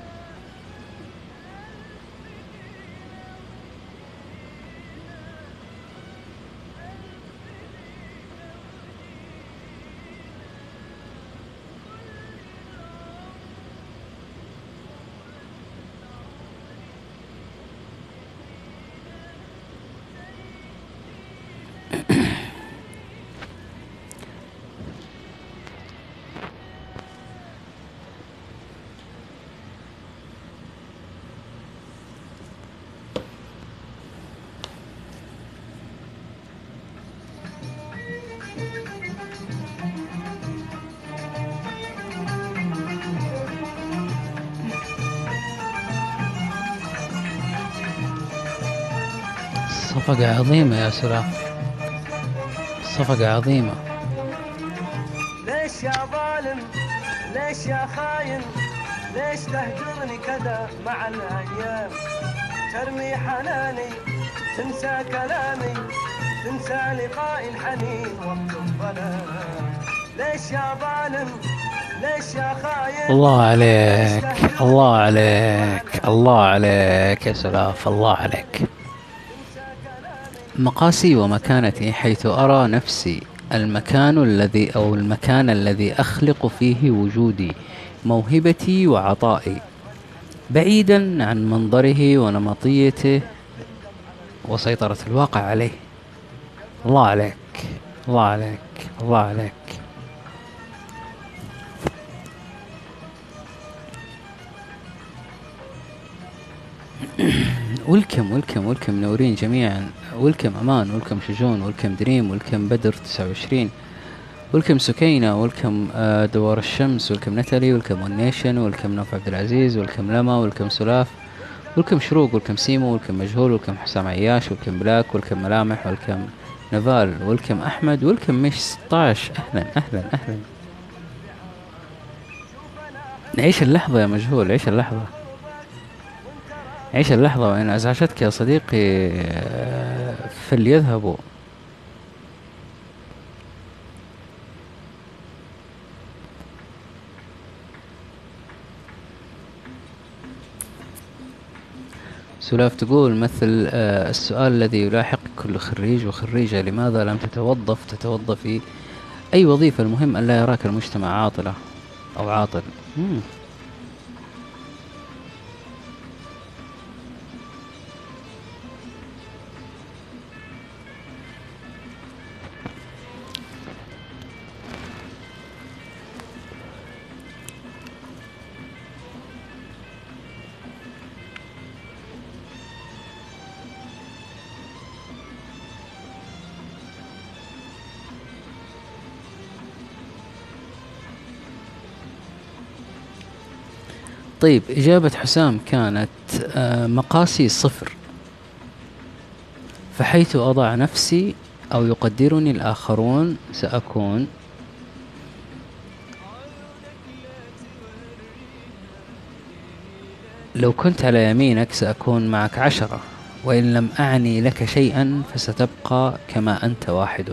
صفقة عظيمة يا سلاف، صفقة عظيمة. ليش يا ظالم، ليش يا خاين، ليش تهجرني كذا مع الأيام، ترمي حناني، تنسى كلامي، تنسى لقاء الحنين وقت الظلام. ليش يا ظالم، ليش يا خاين الله ليش عليك، تهجرني الله كذا عليك، الله عليك يا سلاف، الله عليك. تنسى كلامي مقاسي ومكانتي حيث أرى نفسي، المكان الذي أخلق فيه وجودي، موهبتي وعطائي، بعيدا عن منظره ونمطيته وسيطرة الواقع عليه. الله عليك، الله عليك، الله عليك. ولكم ولكم ولكم منورين جميعا. ولكم أمان، ولكم شجون، ولكم دريم، ولكم بدر 29، ولكم سكينة، ولكم دوار الشمس، ولكم نتالي، ولكم ونيشن، ولكم نوف عبد العزيز، ولكم لما، ولكم سلاف، ولكم شروق، ولكم سيمو، ولكم مجهول، ولكم حسام عياش، ولكم بلاك، ولكم ملامح، ولكم نفال، ولكم أحمد، ولكم مش 16. أهلا أهلا أهلا. نعيش اللحظة يا مجهول، عيش اللحظة، عيش اللحظة. وإن أزعجتك يا صديقي فليذهبوا. سلاف تقول مثل السؤال الذي يلاحق كل خريج وخريجة: لماذا لم تتوظفي أي وظيفة؟ المهم أن لا يراك المجتمع عاطلة أو عاطل. طيب، إجابة حسام كانت مقاسي 0، فحيث أضع نفسي أو يقدرني الآخرون سأكون. لو كنت على يمينك سأكون معك 10، وإن لم أعني لك شيئا فستبقى كما أنت واحد.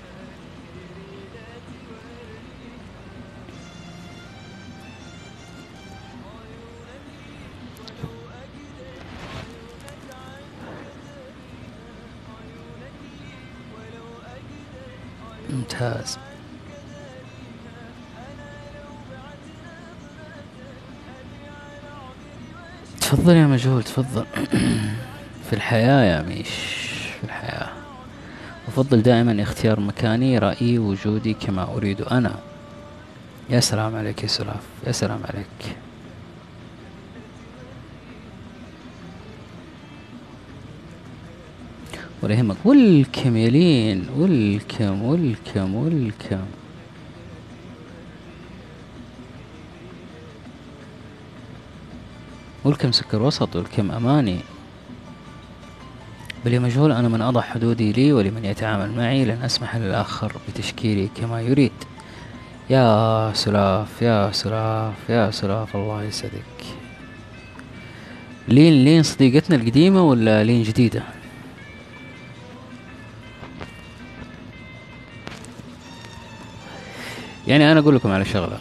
ممتاز. تفضل يا مجهول، تفضل. في الحياة يا ميش، في الحياة أفضل دائما اختيار مكاني، رأيي، وجودي كما أريد أنا. يا سلام عليك يا سلاف، يا سلام عليك. ولا يهمك. ولكم يلين، ولكم ولكم ولكم. ولكم سكر وسط، ولكم أماني. بل يا مجهول، أنا من أضع حدودي لي ولمن يتعامل معي، لن أسمح للآخر بتشكيلي كما يريد. يا سلاف، يا سلاف، يا سلاف، الله يسعدك. لين صديقتنا القديمة ولا لين جديدة؟ يعني أنا أقول لكم على شغلة.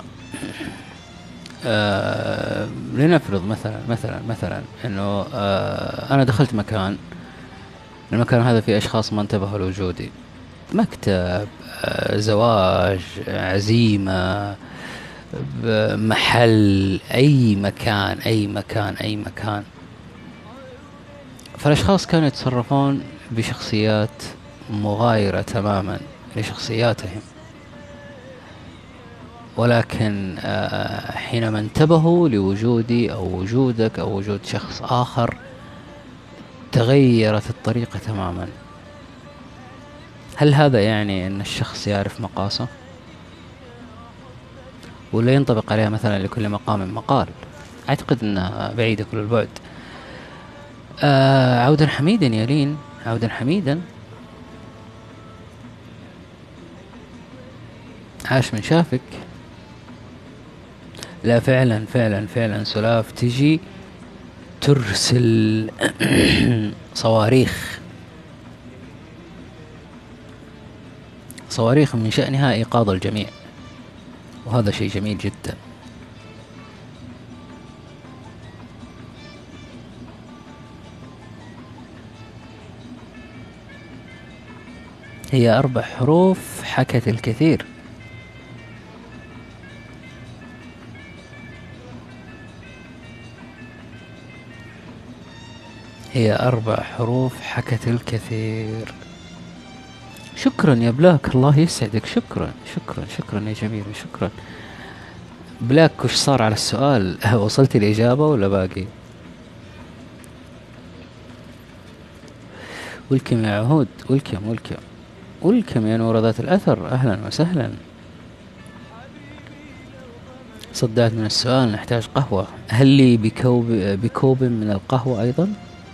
لنفرض مثلا إنه أنا دخلت مكان، المكان هذا فيه أشخاص ما انتبهوا لوجودي، مكتب، زواج، عزيمة، محل، أي مكان أي مكان أي مكان. فالأشخاص كانوا يتصرفون بشخصيات مغايرة تماما لشخصياتهم، ولكن حينما انتبهوا لوجودي أو وجودك أو وجود شخص آخر تغيرت الطريقة تماما. هل هذا يعني أن الشخص يعرف مقاسه؟ ولا ينطبق عليها مثلا لكل مقام مقال؟ أعتقد أنها بعيدة كل البعد. عودا حميدا يا لين، عودا حميدا. عاش من شافك. لا فعلا فعلا فعلا سلاف تجي ترسل صواريخ من شأنها إيقاظ الجميع. وهذا شيء جميل جدا. هي 4 حروف حكت الكثير. هي 4 حروف حكت الكثير. شكرا يا بلاك، الله يسعدك، شكرا شكرا شكرا يا جميل، شكرا. بلاك وش صار على السؤال؟ وصلت الإجابة ولا باقي؟ ولكم يا عهود، ولكم يا نور ذات الأثر، أهلا وسهلا. صدعت من السؤال، نحتاج قهوة. هل لي بكوب من القهوة أيضا؟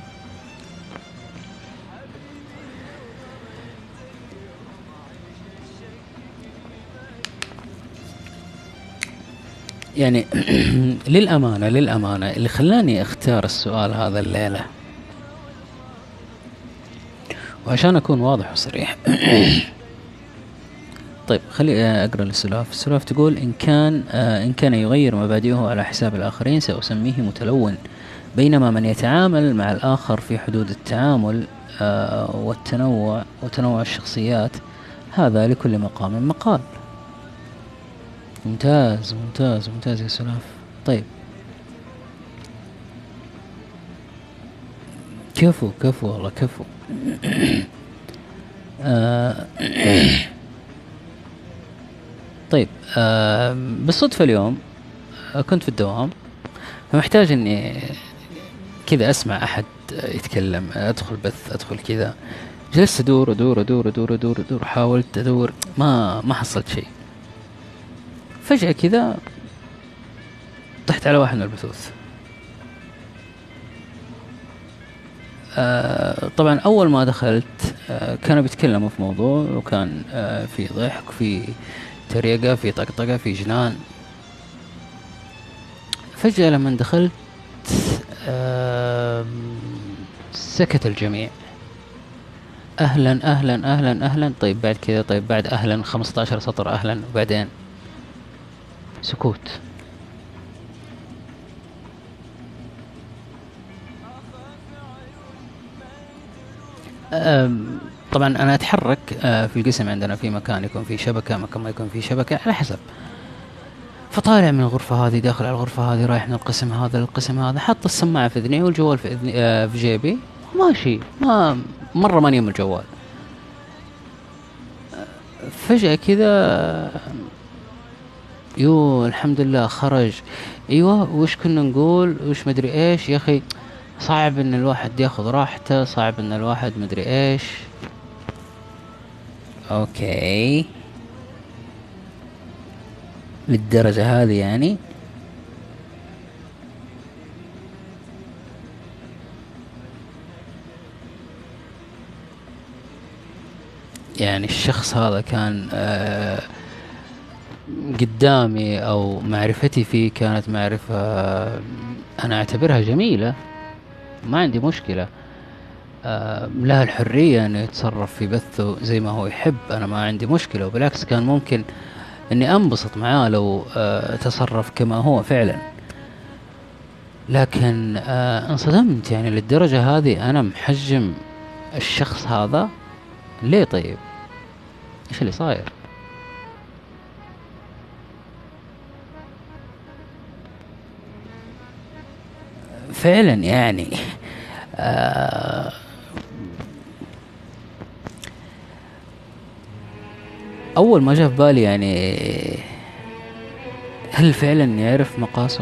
يعني للأمانة اللي خلاني اختار السؤال هذا الليلة، وعشان أكون واضح وصريح طيب خلي أقرأ السلاف تقول: إن كان يغير مبادئه على حساب الآخرين سأسميه متلون، بينما من يتعامل مع الآخر في حدود التعامل وتنوع الشخصيات، هذا لكل مقام مقال. ممتاز ممتاز ممتاز يا سلاف. طيب كفو والله كفو. طيب بالصدفة اليوم كنت في الدوام، فمحتاج اني كذا اسمع احد يتكلم، ادخل بث، ادخل كذا. جلست ادور، حاولت ادور، ما حصلت شيء. فجأة كذا طحت على واحد من البثوث. طبعا اول ما دخلت كانوا بيتكلموا في موضوع، وكان في ضحك، في تريقة، في طقطقة، في جنان. فجأة لما دخلت سكت الجميع. أهلا. طيب بعد كذا، طيب بعد أهلا 15 سطر أهلا، وبعدين سكوت. طبعا أنا أتحرك في القسم عندنا، في مكان يكون في شبكة، مكان ما يكون في شبكة، على حسب. فطالع من الغرفة هذه، داخل على الغرفة هذه، رايح من القسم هذا للقسم هذا، حط السماعة في اذني والجوال في اذني في جيبي، ماشي، ما مرة ماني من الجوال. فجأة كذا الحمد لله خرج. ايوه وش كنا نقول، وش مدري ايش. يا اخي صعب ان الواحد ياخذ راحته، صعب ان الواحد مدري ايش. اوكي للدرجة هذه يعني. يعني الشخص هذا كان قدامي، او معرفتي فيه كانت معرفة انا اعتبرها جميلة، ما عندي مشكلة. له الحرية انه يتصرف في بثه زي ما هو يحب، انا ما عندي مشكلة، وبالعكس كان ممكن اني انبسط معاه لو تصرف كما هو فعلا. لكن انصدمت يعني للدرجة هذه، انا محجم الشخص هذا ليه؟ طيب ايش اللي صاير؟ فعلا يعني اول ما جاء في بالي يعني هل فعلا يعرف مقاسه؟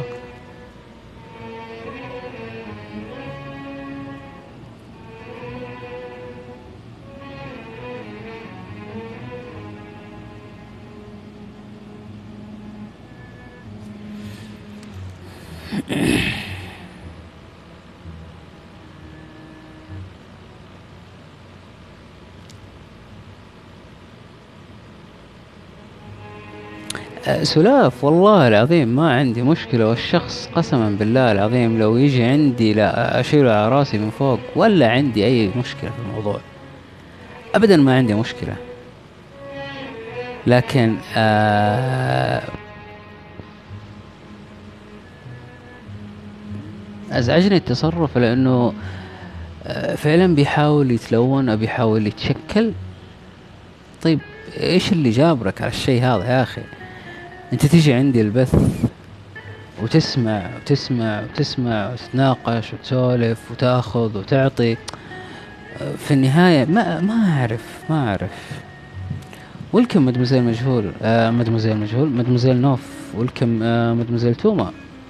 سلاف والله العظيم ما عندي مشكلة، والشخص قسما بالله العظيم لو يجي عندي لا أشيله على راسي من فوق، ولا عندي أي مشكلة في الموضوع، أبدا ما عندي مشكلة. لكن ازعجني التصرف، لانه فعلا بيحاول يتلون او بيحاول يتشكل. طيب ايش اللي جابرك على الشيء هذا يا اخي؟ انت تيجي عندي البث وتسمع وتسمع وتسمع وتتناقش وتسولف وتاخذ وتعطي، في النهاية ما أعرف. ولكم مدمزيل مجهول، مدمزيل نوف. ولكم مدمزيل توما.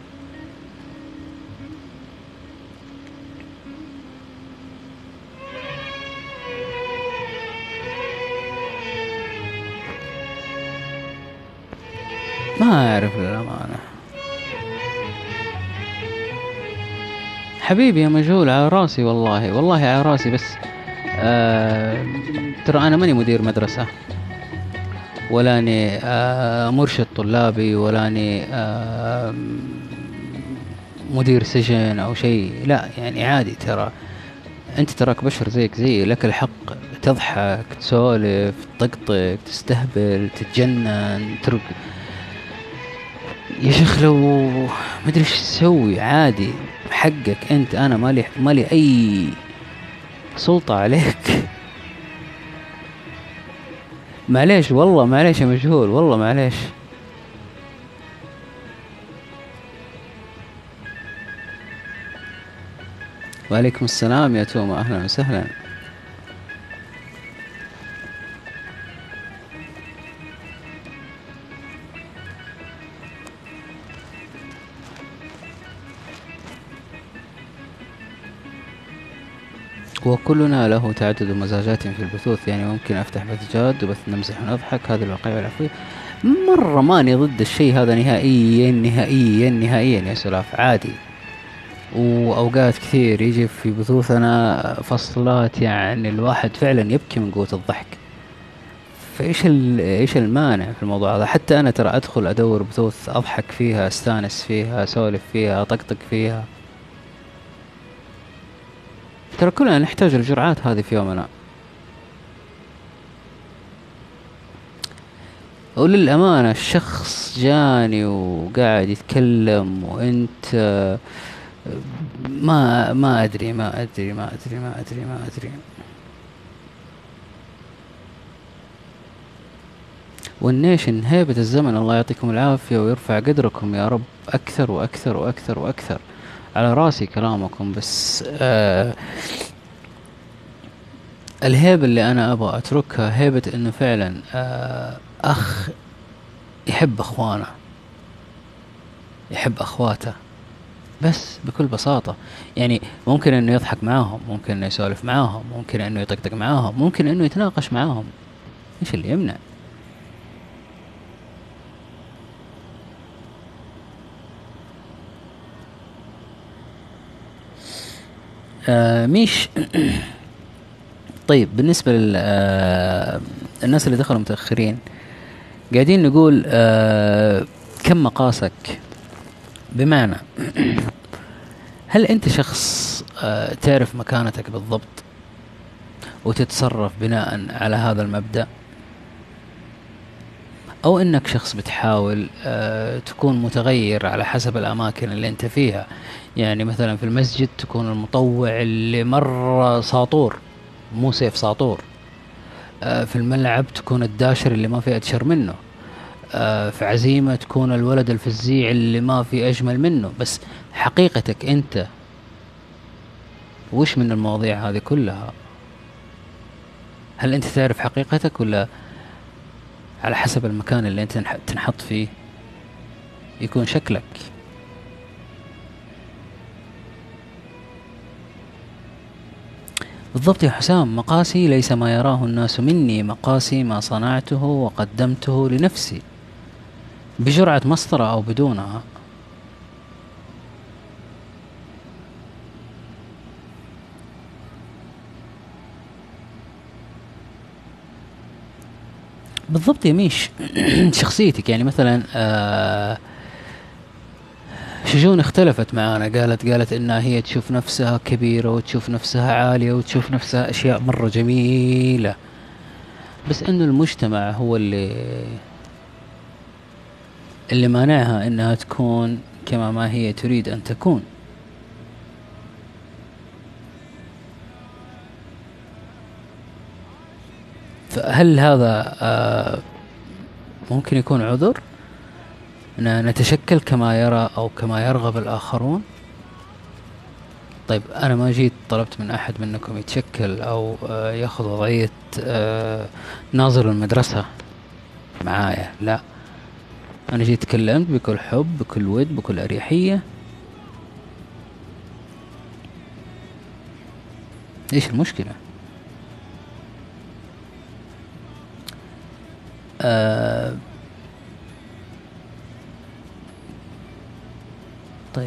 ما أعرف للأمانة. حبيبي يا مجهول، على راسي والله على راسي، بس ترى أنا ماني مدير مدرسة، ولا اني مرشد طلابي، ولا اني مدير سجن او شيء. لا يعني عادي، ترى انت تراك بشر زيك زي، لك الحق تضحك، تسولف، تطقطق، تستهبل، تتجنن، ترق يا شيخ. لو مدري ايش تسوي عادي، حقك انت. انا مالي اي سلطة عليك. معليش والله، معليش يا مجهول، والله معليش. وعليكم السلام يا توما، اهلا وسهلا. وكلنا له تعدد مزاجات في البثوث، يعني ممكن افتح بث جاد وبث نمزح ونضحك، هذه الواقعية والعفوية. مرة ماني ضد الشيء هذا نهائيا نهائيا نهائيا يا سلاف، عادي. واوقات كثير يجي في بثوثنا فصلات يعني الواحد فعلا يبكي من قوة الضحك. ايش المانع في الموضوع هذا؟ حتى انا ترى ادخل ادور بثوث اضحك فيها، استانس فيها، اسولف فيها، اطقطق فيها. ترى كلنا نحتاج الجرعات هذه في يومنا. وللأمانة الشخص جاني وقاعد يتكلم وانت ما أدري. والنيشن هيبة الزمن، الله يعطيكم العافية ويرفع قدركم يا رب أكثر وأكثر وأكثر وأكثر. على راسي كلامكم، بس الهيبة اللي أنا أبغى أتركها هيبة إنه فعلا أخ يحب أخوانه، يحب أخواته، بس بكل بساطة. يعني ممكن إنه يضحك معاهم، ممكن إنه يسولف معاهم، ممكن إنه يطقطق معاهم، ممكن إنه يتناقش معاهم. إيش اللي يمنع؟ ميش طيب بالنسبة للناس اللي دخلوا متأخرين، قاعدين نقول كم مقاسك؟ بمعنى هل أنت شخص تعرف مكانتك بالضبط وتتصرف بناء على هذا المبدأ، أو أنك شخص بتحاول تكون متغير على حسب الأماكن اللي أنت فيها؟ يعني مثلا في المسجد تكون المطوع اللي مرة ساطور، مو سيف ساطور. في الملعب تكون الداشر اللي ما في أدشر منه. في عزيمة تكون الولد الفزيع اللي ما في أجمل منه. بس حقيقتك أنت وش من المواضيع هذه كلها؟ هل أنت تعرف حقيقتك، ولا على حسب المكان اللي أنت تنحط فيه يكون شكلك؟ بالضبط يا حسام، مقاسي ليس ما يراه الناس مني، مقاسي ما صنعته وقدمته لنفسي، بجرعة مسطرة أو بدونها. بالضبط يا ميش. شخصيتك يعني مثلا شجون اختلفت معانا، قالت انها هي تشوف نفسها كبيرة وتشوف نفسها عالية وتشوف نفسها اشياء مرة جميلة، بس انه المجتمع هو اللي مانعها انها تكون كما ما هي تريد ان تكون. فهل هذا ممكن يكون عذر أن نتشكل كما يرى أو كما يرغب الآخرون؟ طيب أنا ما جيت طلبت من أحد منكم يتشكل أو يأخذ وضعية ناظر المدرسة معايا، لا، أنا جيت تكلمت بكل حب بكل ود بكل أريحية. إيش المشكلة؟ طيب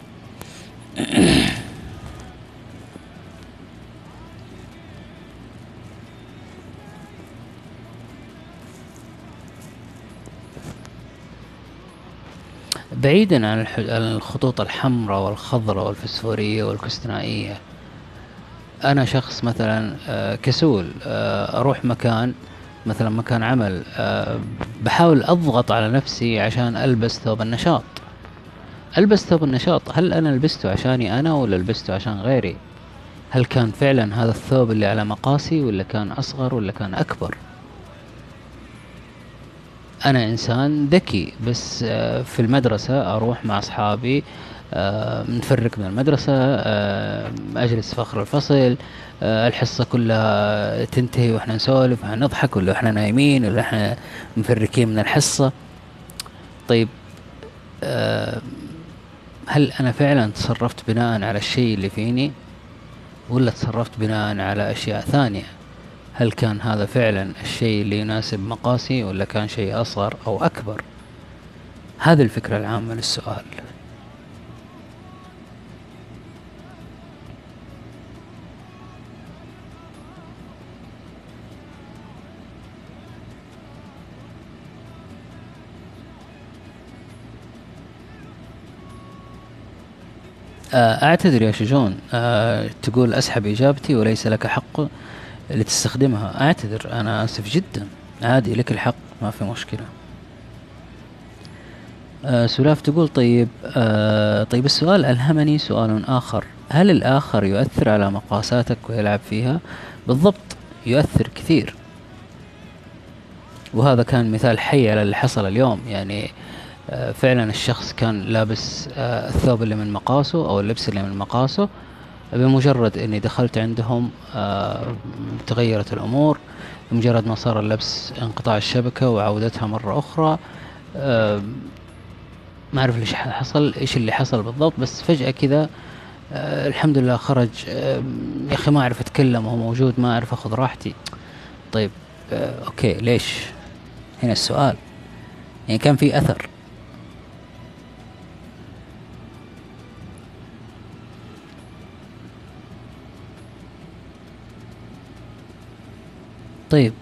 بعيدا عن الخطوط الحمراء والخضراء والفسفورية والكستنائية، أنا شخص مثلا كسول، أروح مكان مثلا مكان عمل، بحاول أضغط على نفسي عشان ألبس ثوب النشاط. ألبس ثوب النشاط، هل أنا لبسته عشاني أنا ولا لبسته عشان غيري؟ هل كان فعلا هذا الثوب اللي على مقاسي ولا كان أصغر ولا كان أكبر؟ أنا إنسان ذكي، بس في المدرسة أروح مع أصحابي، نفرق من المدرسة، أجلس في آخر الفصل، الحصة كلها تنتهي وإحنا نسولف وإحنا نضحك، ولا إحنا نايمين، ولا إحنا مفركين من الحصة. طيب هل أنا فعلا تصرفت بناء على الشيء اللي فيني ولا تصرفت بناء على أشياء ثانية؟ هل كان هذا فعلا الشيء اللي يناسب مقاسي ولا كان شيء أصغر أو أكبر؟ هذه الفكرة العامة للسؤال. أعتذر يا شجون، تقول أسحب إجابتي وليس لك حق لتستخدمها. أعتذر، أنا آسف جدا، عادي لك الحق، ما في مشكلة. سلاف تقول طيب طيب السؤال ألهمني سؤال آخر، هل الآخر يؤثر على مقاساتك ويلعب فيها؟ بالضبط، يؤثر كثير، وهذا كان مثال حي على اللي حصل اليوم. يعني فعلا الشخص كان لابس الثوب اللي من مقاسه أو اللبس اللي من مقاسه، بمجرد اني دخلت عندهم تغيرت الامور، بمجرد ما صار اللبس انقطاع الشبكة وعودتها مرة اخرى. ما اعرف ليش حصل، ايش اللي حصل بالضبط، بس فجأة كذا الحمد لله خرج. يا اخي ما اعرف اتكلم وهو موجود، ما اعرف اخذ راحتي. طيب اوكي، ليش؟ هنا السؤال، يعني كان في اثر. طيب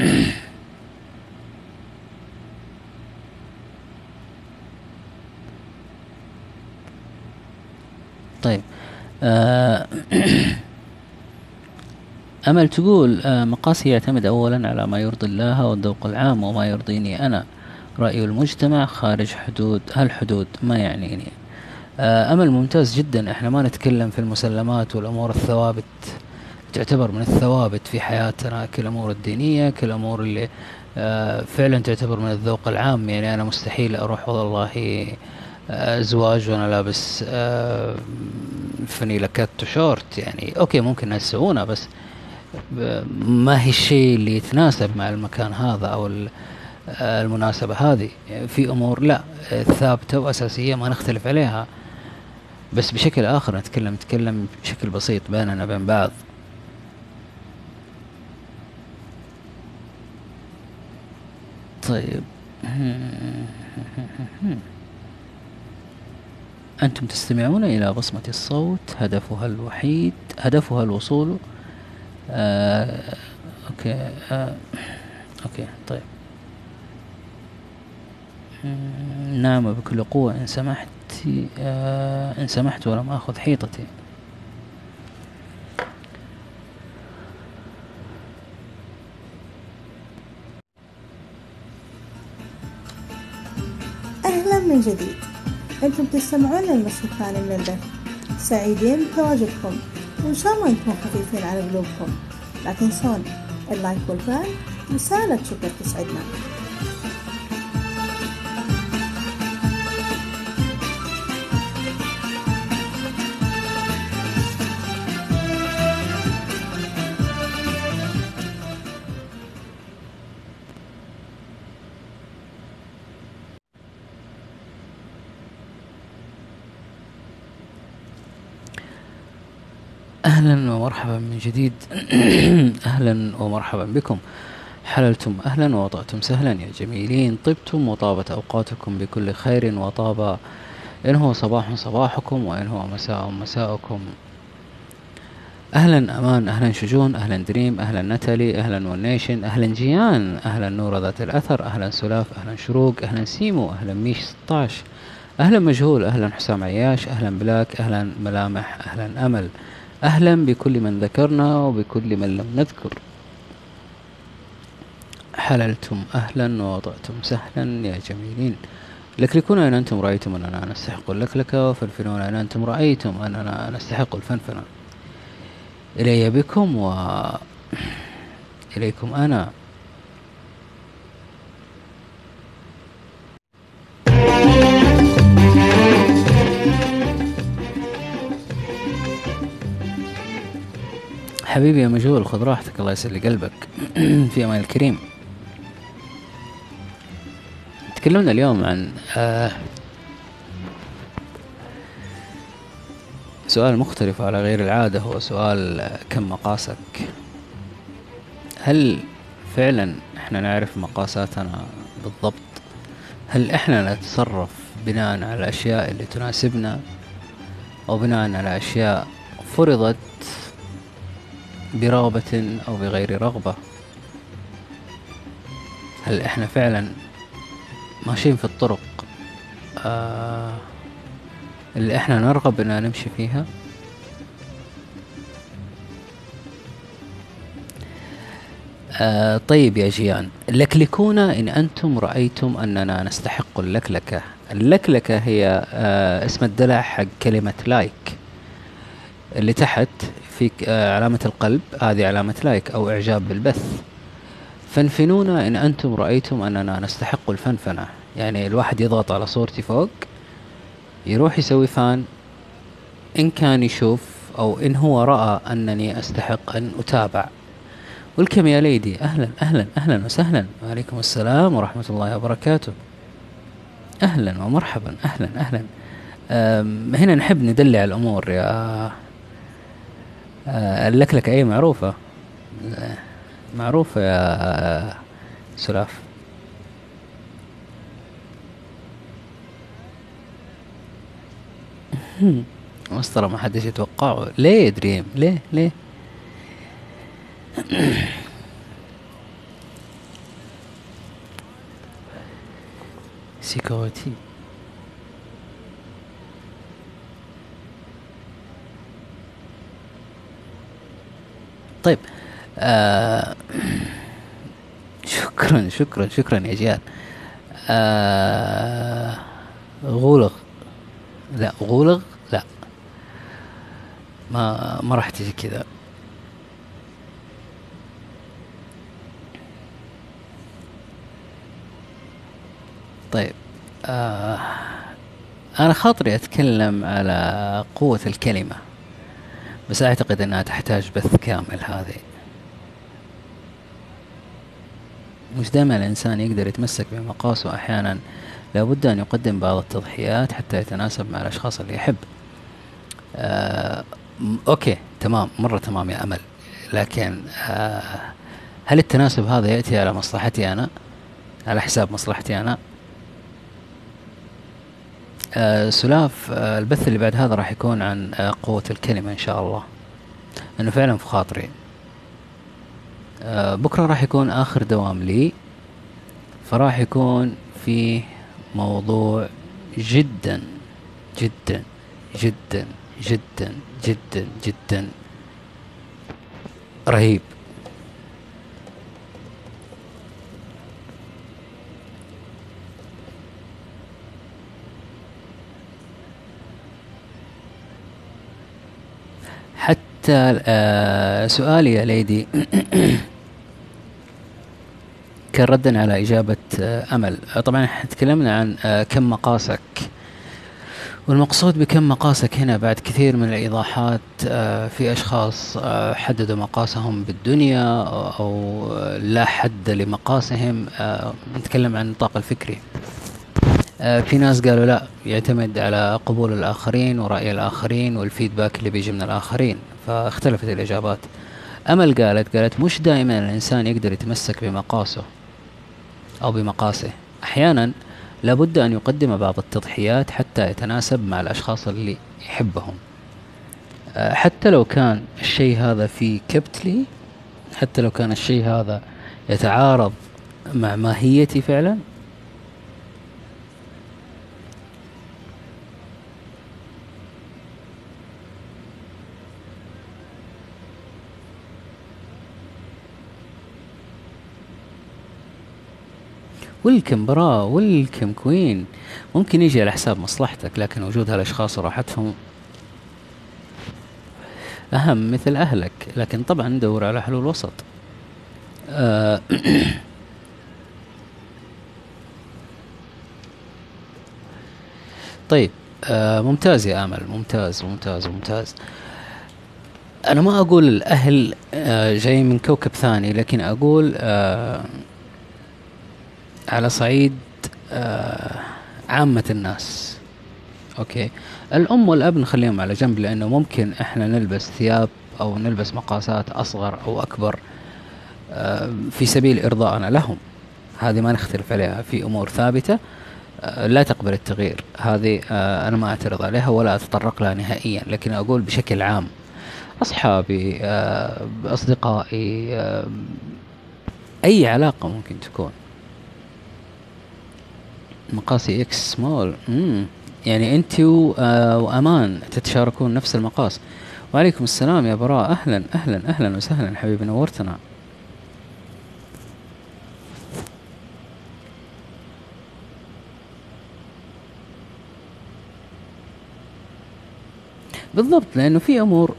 طيب أمل تقول مقاسي يعتمد أولا على ما يرضي الله والذوق العام وما يرضيني أنا، رأي المجتمع خارج حدود هالحدود ما يعنيني. أمل ممتاز جدا، احنا ما نتكلم في المسلمات والأمور الثوابت، تعتبر من الثوابت في حياتنا كالأمور الدينية، كالأمور اللي فعلا تعتبر من الذوق العام. يعني أنا مستحيل أروح والله زواج وأنا لابس فانيلة كات وشورت، يعني أوكي ممكن الناس يسوونها، بس ما هي الشيء اللي يتناسب مع المكان هذا أو المناسبة هذه. في أمور لا ثابتة وأساسية ما نختلف عليها، بس بشكل آخر نتكلم بشكل بسيط بيننا بين بعض. طيب أنتم تستمعون إلى بصمة الصوت، هدفها الوصول. أوكي أوكي طيب. نعم بكل قوة إن سمحت ولم أخذ حيطتي. أهلا من جديد، أنتم تستمعون للنصف الثاني من البث. سعيدين بتواجدكم، وإن شاء الله أنتم خفيفين على قلوبكم. لا تنسون اللايك والفعل رسالة شكر تسعدنا. أهلا ومرحبا من جديد. أهلا ومرحبا بكم. حللتم أهلا ووطأتم سهلا يا جميلين، طبتم وطابت أوقاتكم بكل خير، وطاب إن هو صباح صباحكم وإن هو مساء مساءكم. أهلا أمان، أهلا شجون، أهلا دريم، أهلا نتالي، أهلا ونيشن، أهلا جيان، أهلا نورة ذات الأثر، أهلا سلاف، أهلا شروق، أهلا سيمو، أهلا ميش 16، أهلا مجهول، أهلا حسام عياش، أهلا بلاك، أهلا ملامح، أهلا أمل. أهلا بكل من ذكرنا وبكل من لم نذكر. حللتم أهلا ووطأتم سهلا يا جميلين. لكلكون إن أنتم رأيتم أننا نستحق اللكلكة، وفنفنون إن أنتم رأيتم أننا نستحق الفنفنة. إلي بكم وإليكم أنا. حبيبي يا مجهول، خذ راحتك، الله يسلي قلبك. في أمان الكريم. تكلمنا اليوم عن سؤال مختلف على غير العادة، هو سؤال كم مقاسك؟ هل فعلا احنا نعرف مقاساتنا بالضبط؟ هل احنا نتصرف بناء على الأشياء اللي تناسبنا، أو بناء على أشياء فرضت برغبة أو بغير رغبة؟ هل احنا فعلا ماشيين في الطرق اللي احنا نرغب اننا نمشي فيها؟ طيب يا جيان، لكلكونا إن أنتم رأيتم أننا نستحق اللكلكة. اللكلكة هي اسم الدلع حق كلمة لايك اللي تحت في علامة القلب، هذه علامة لايك أو إعجاب بالبث. فنفنونا إن أنتم رأيتم أننا نستحق الفنفنة، يعني الواحد يضغط على صورتي فوق، يروح يسوي فان إن كان يشوف أو إن هو رأى أنني أستحق أن أتابع. ولكم يا ليدي، أهلا أهلا أهلا وسهلا، وعليكم السلام ورحمة الله وبركاته. أهلا ومرحبا، أهلا أهلا. هنا نحب ندلع الأمور يا اللكلكة. أي معروفة معروفة يا سلاف. مسطرة ما حدش يتوقعه. ليه يا دريم؟ ليه سيكوتي. طيب شكرا يا جيال. غولغ، لا غولغ، لا ما راح تجي كذا. طيب أنا خاطري أتكلم على قوة الكلمة، بس أعتقد أنها تحتاج بث كامل. هذه مش دائما الإنسان يقدر يتمسك بمقاسه، أحيانا لابد أن يقدم بعض التضحيات حتى يتناسب مع الأشخاص اللي يحب. أوكي تمام، مرة تمام يا أمل، لكن هل التناسب هذا يأتي على مصلحتي أنا، على حساب مصلحتي أنا؟ سلاف، البث اللي بعد هذا راح يكون عن قوة الكلمة إن شاء الله، أنه فعلا في خاطري. بكرة راح يكون آخر دوام لي، فراح يكون فيه موضوع جدا جدا جدا جدا جدا جدا رهيب. حتى سؤالي يا ليدي كان ردا على إجابة أمل. طبعا احنا تكلمنا عن كم مقاسك، والمقصود بكم مقاسك هنا بعد كثير من الإيضاحات. في أشخاص حددوا مقاسهم بالدنيا أو لا حد لمقاسهم. نتكلم عن النطاق الفكري. في ناس قالوا لا، يعتمد على قبول الآخرين ورأي الآخرين والفيدباك اللي بيجي من الآخرين، فاختلفت الإجابات. أمل قالت مش دائما الإنسان يقدر يتمسك بمقاسه أو بمقاسه، أحيانا لابد أن يقدم بعض التضحيات حتى يتناسب مع الأشخاص اللي يحبهم، حتى لو كان الشيء هذا في كبتلي، حتى لو كان الشيء هذا يتعارض مع ماهيتي فعلا. ويلكم برا، ويلكم كوين. ممكن يجي على حساب مصلحتك، لكن وجود هالاشخاص وراحتهم اهم مثل اهلك. لكن طبعا ندور على حلول وسط. طيب، ممتاز يا امل، ممتاز ممتاز ممتاز. انا ما اقول الاهل جاي من كوكب ثاني، لكن اقول على صعيد عامة الناس. اوكي، الام والاب نخليهم على جنب، لانه ممكن احنا نلبس ثياب او نلبس مقاسات اصغر او اكبر في سبيل ارضائنا لهم، هذه ما نختلف عليها. في امور ثابتة لا تقبل التغيير، هذه انا ما اعترض عليها ولا اتطرق لها نهائيا. لكن اقول بشكل عام، اصحابي، اصدقائي، اي علاقة ممكن تكون مقاسي اكس سمول. يعني انت وامان تتشاركون نفس المقاس. وعليكم السلام يا براء، اهلا اهلا اهلا وسهلا حبيبي، نورتنا. بالضبط، لانه في امور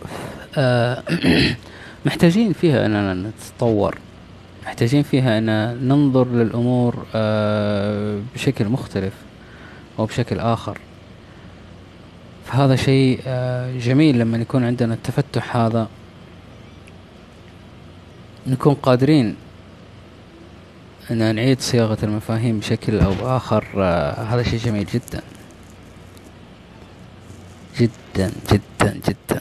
محتاجين فيها اننا نتطور، محتاجين فيها ان ننظر للامور بشكل مختلف او بشكل اخر. فهذا شيء جميل لما يكون عندنا التفتح هذا، نكون قادرين ان نعيد صياغة المفاهيم بشكل او باخر. هذا شيء جميل جدا جدا جدا جدا.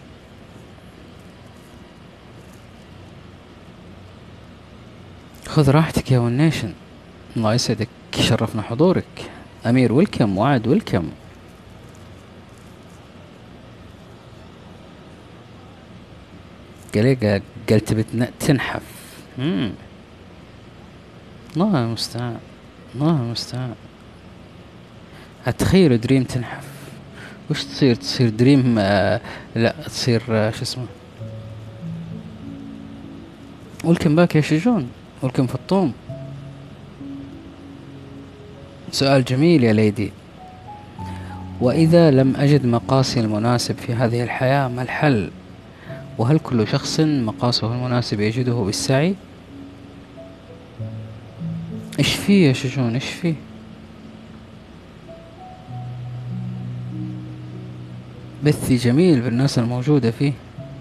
خذ راحتك يا ونيشن، الله يسعدك، شرفنا حضورك. امير ويلكم، وعد ويلكم. قال تبي تنحف. الله المستعان، الله المستعان. اتخيل دريم تنحف، وش تصير دريم؟ لا تصير شو اسمه. ولكم باك يا شجون، ولكم في الطوم. سؤال جميل يا ليدي. وإذا لم أجد مقاسي المناسب في هذه الحياة ما الحل؟ وهل كل شخص مقاسه المناسب يجده بالسعي؟ إيش فيه يا شجون، إيش فيه؟ بثي جميل بالناس الموجودة فيه.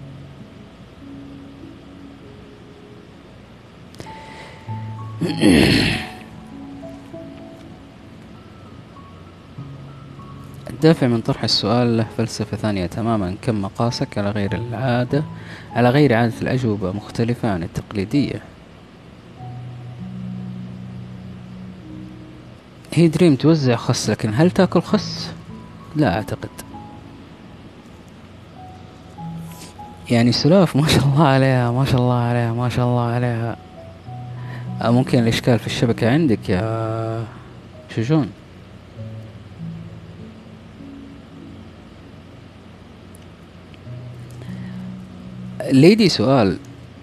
الدافع من طرح السؤال له فلسفة ثانية تماما. كم مقاسك على غير العادة، على غير عادة الأجوبة مختلفة عن التقليدية. هي دريم توزع خس، لكن هل تأكل خس؟ لا أعتقد. يعني سلاف ما شاء الله عليها، ما شاء الله عليها، ما شاء الله عليها. ممكن الإشكال في الشبكة عندك يا شجون. ليدي، سؤال.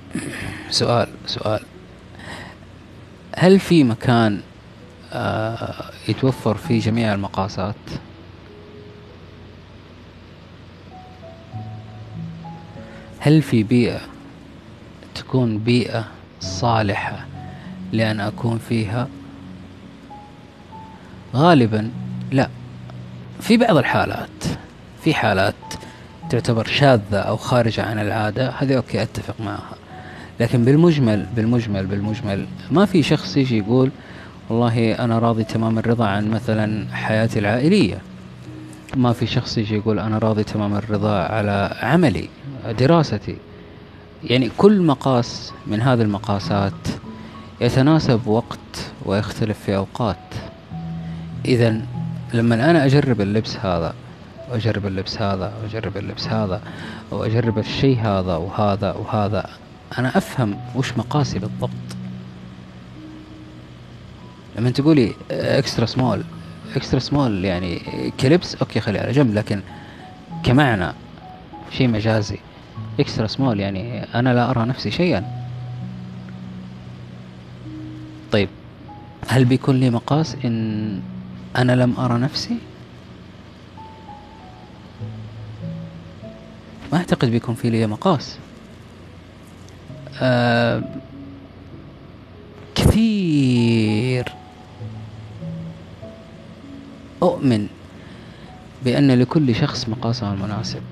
هل في مكان يتوفر فيه جميع المقاسات؟ هل في بيئة تكون بيئة صالحة لأن أكون فيها؟ غالبا لا. في بعض الحالات، في حالات تعتبر شاذة أو خارجة عن العادة، هذه أوكي أتفق معها. لكن بالمجمل ما في شخص يجي يقول والله أنا راضي تمام الرضا عن مثلا حياتي العائلية. ما في شخص يجي يقول أنا راضي تمام الرضا على عملي، دراستي. يعني كل مقاس من هذه المقاسات يتناسب وقت ويختلف في أوقات. إذن لما أنا أجرب اللبس هذا وأجرب اللبس هذا وأجرب اللبس هذا وأجرب الشيء هذا وهذا وهذا، أنا أفهم وش مقاسي بالضبط. لما تقولي اكسترا سمول يعني كلبس أوكي خلي على جنب، لكن كمعنى شيء مجازي اكسترا سمول يعني أنا لا أرى نفسي شيئا. طيب هل بيكون لي مقاس إن أنا لم أرى نفسي؟ ما أعتقد بيكون في لي مقاس. كثير أؤمن بأن لكل شخص مقاسه المناسب،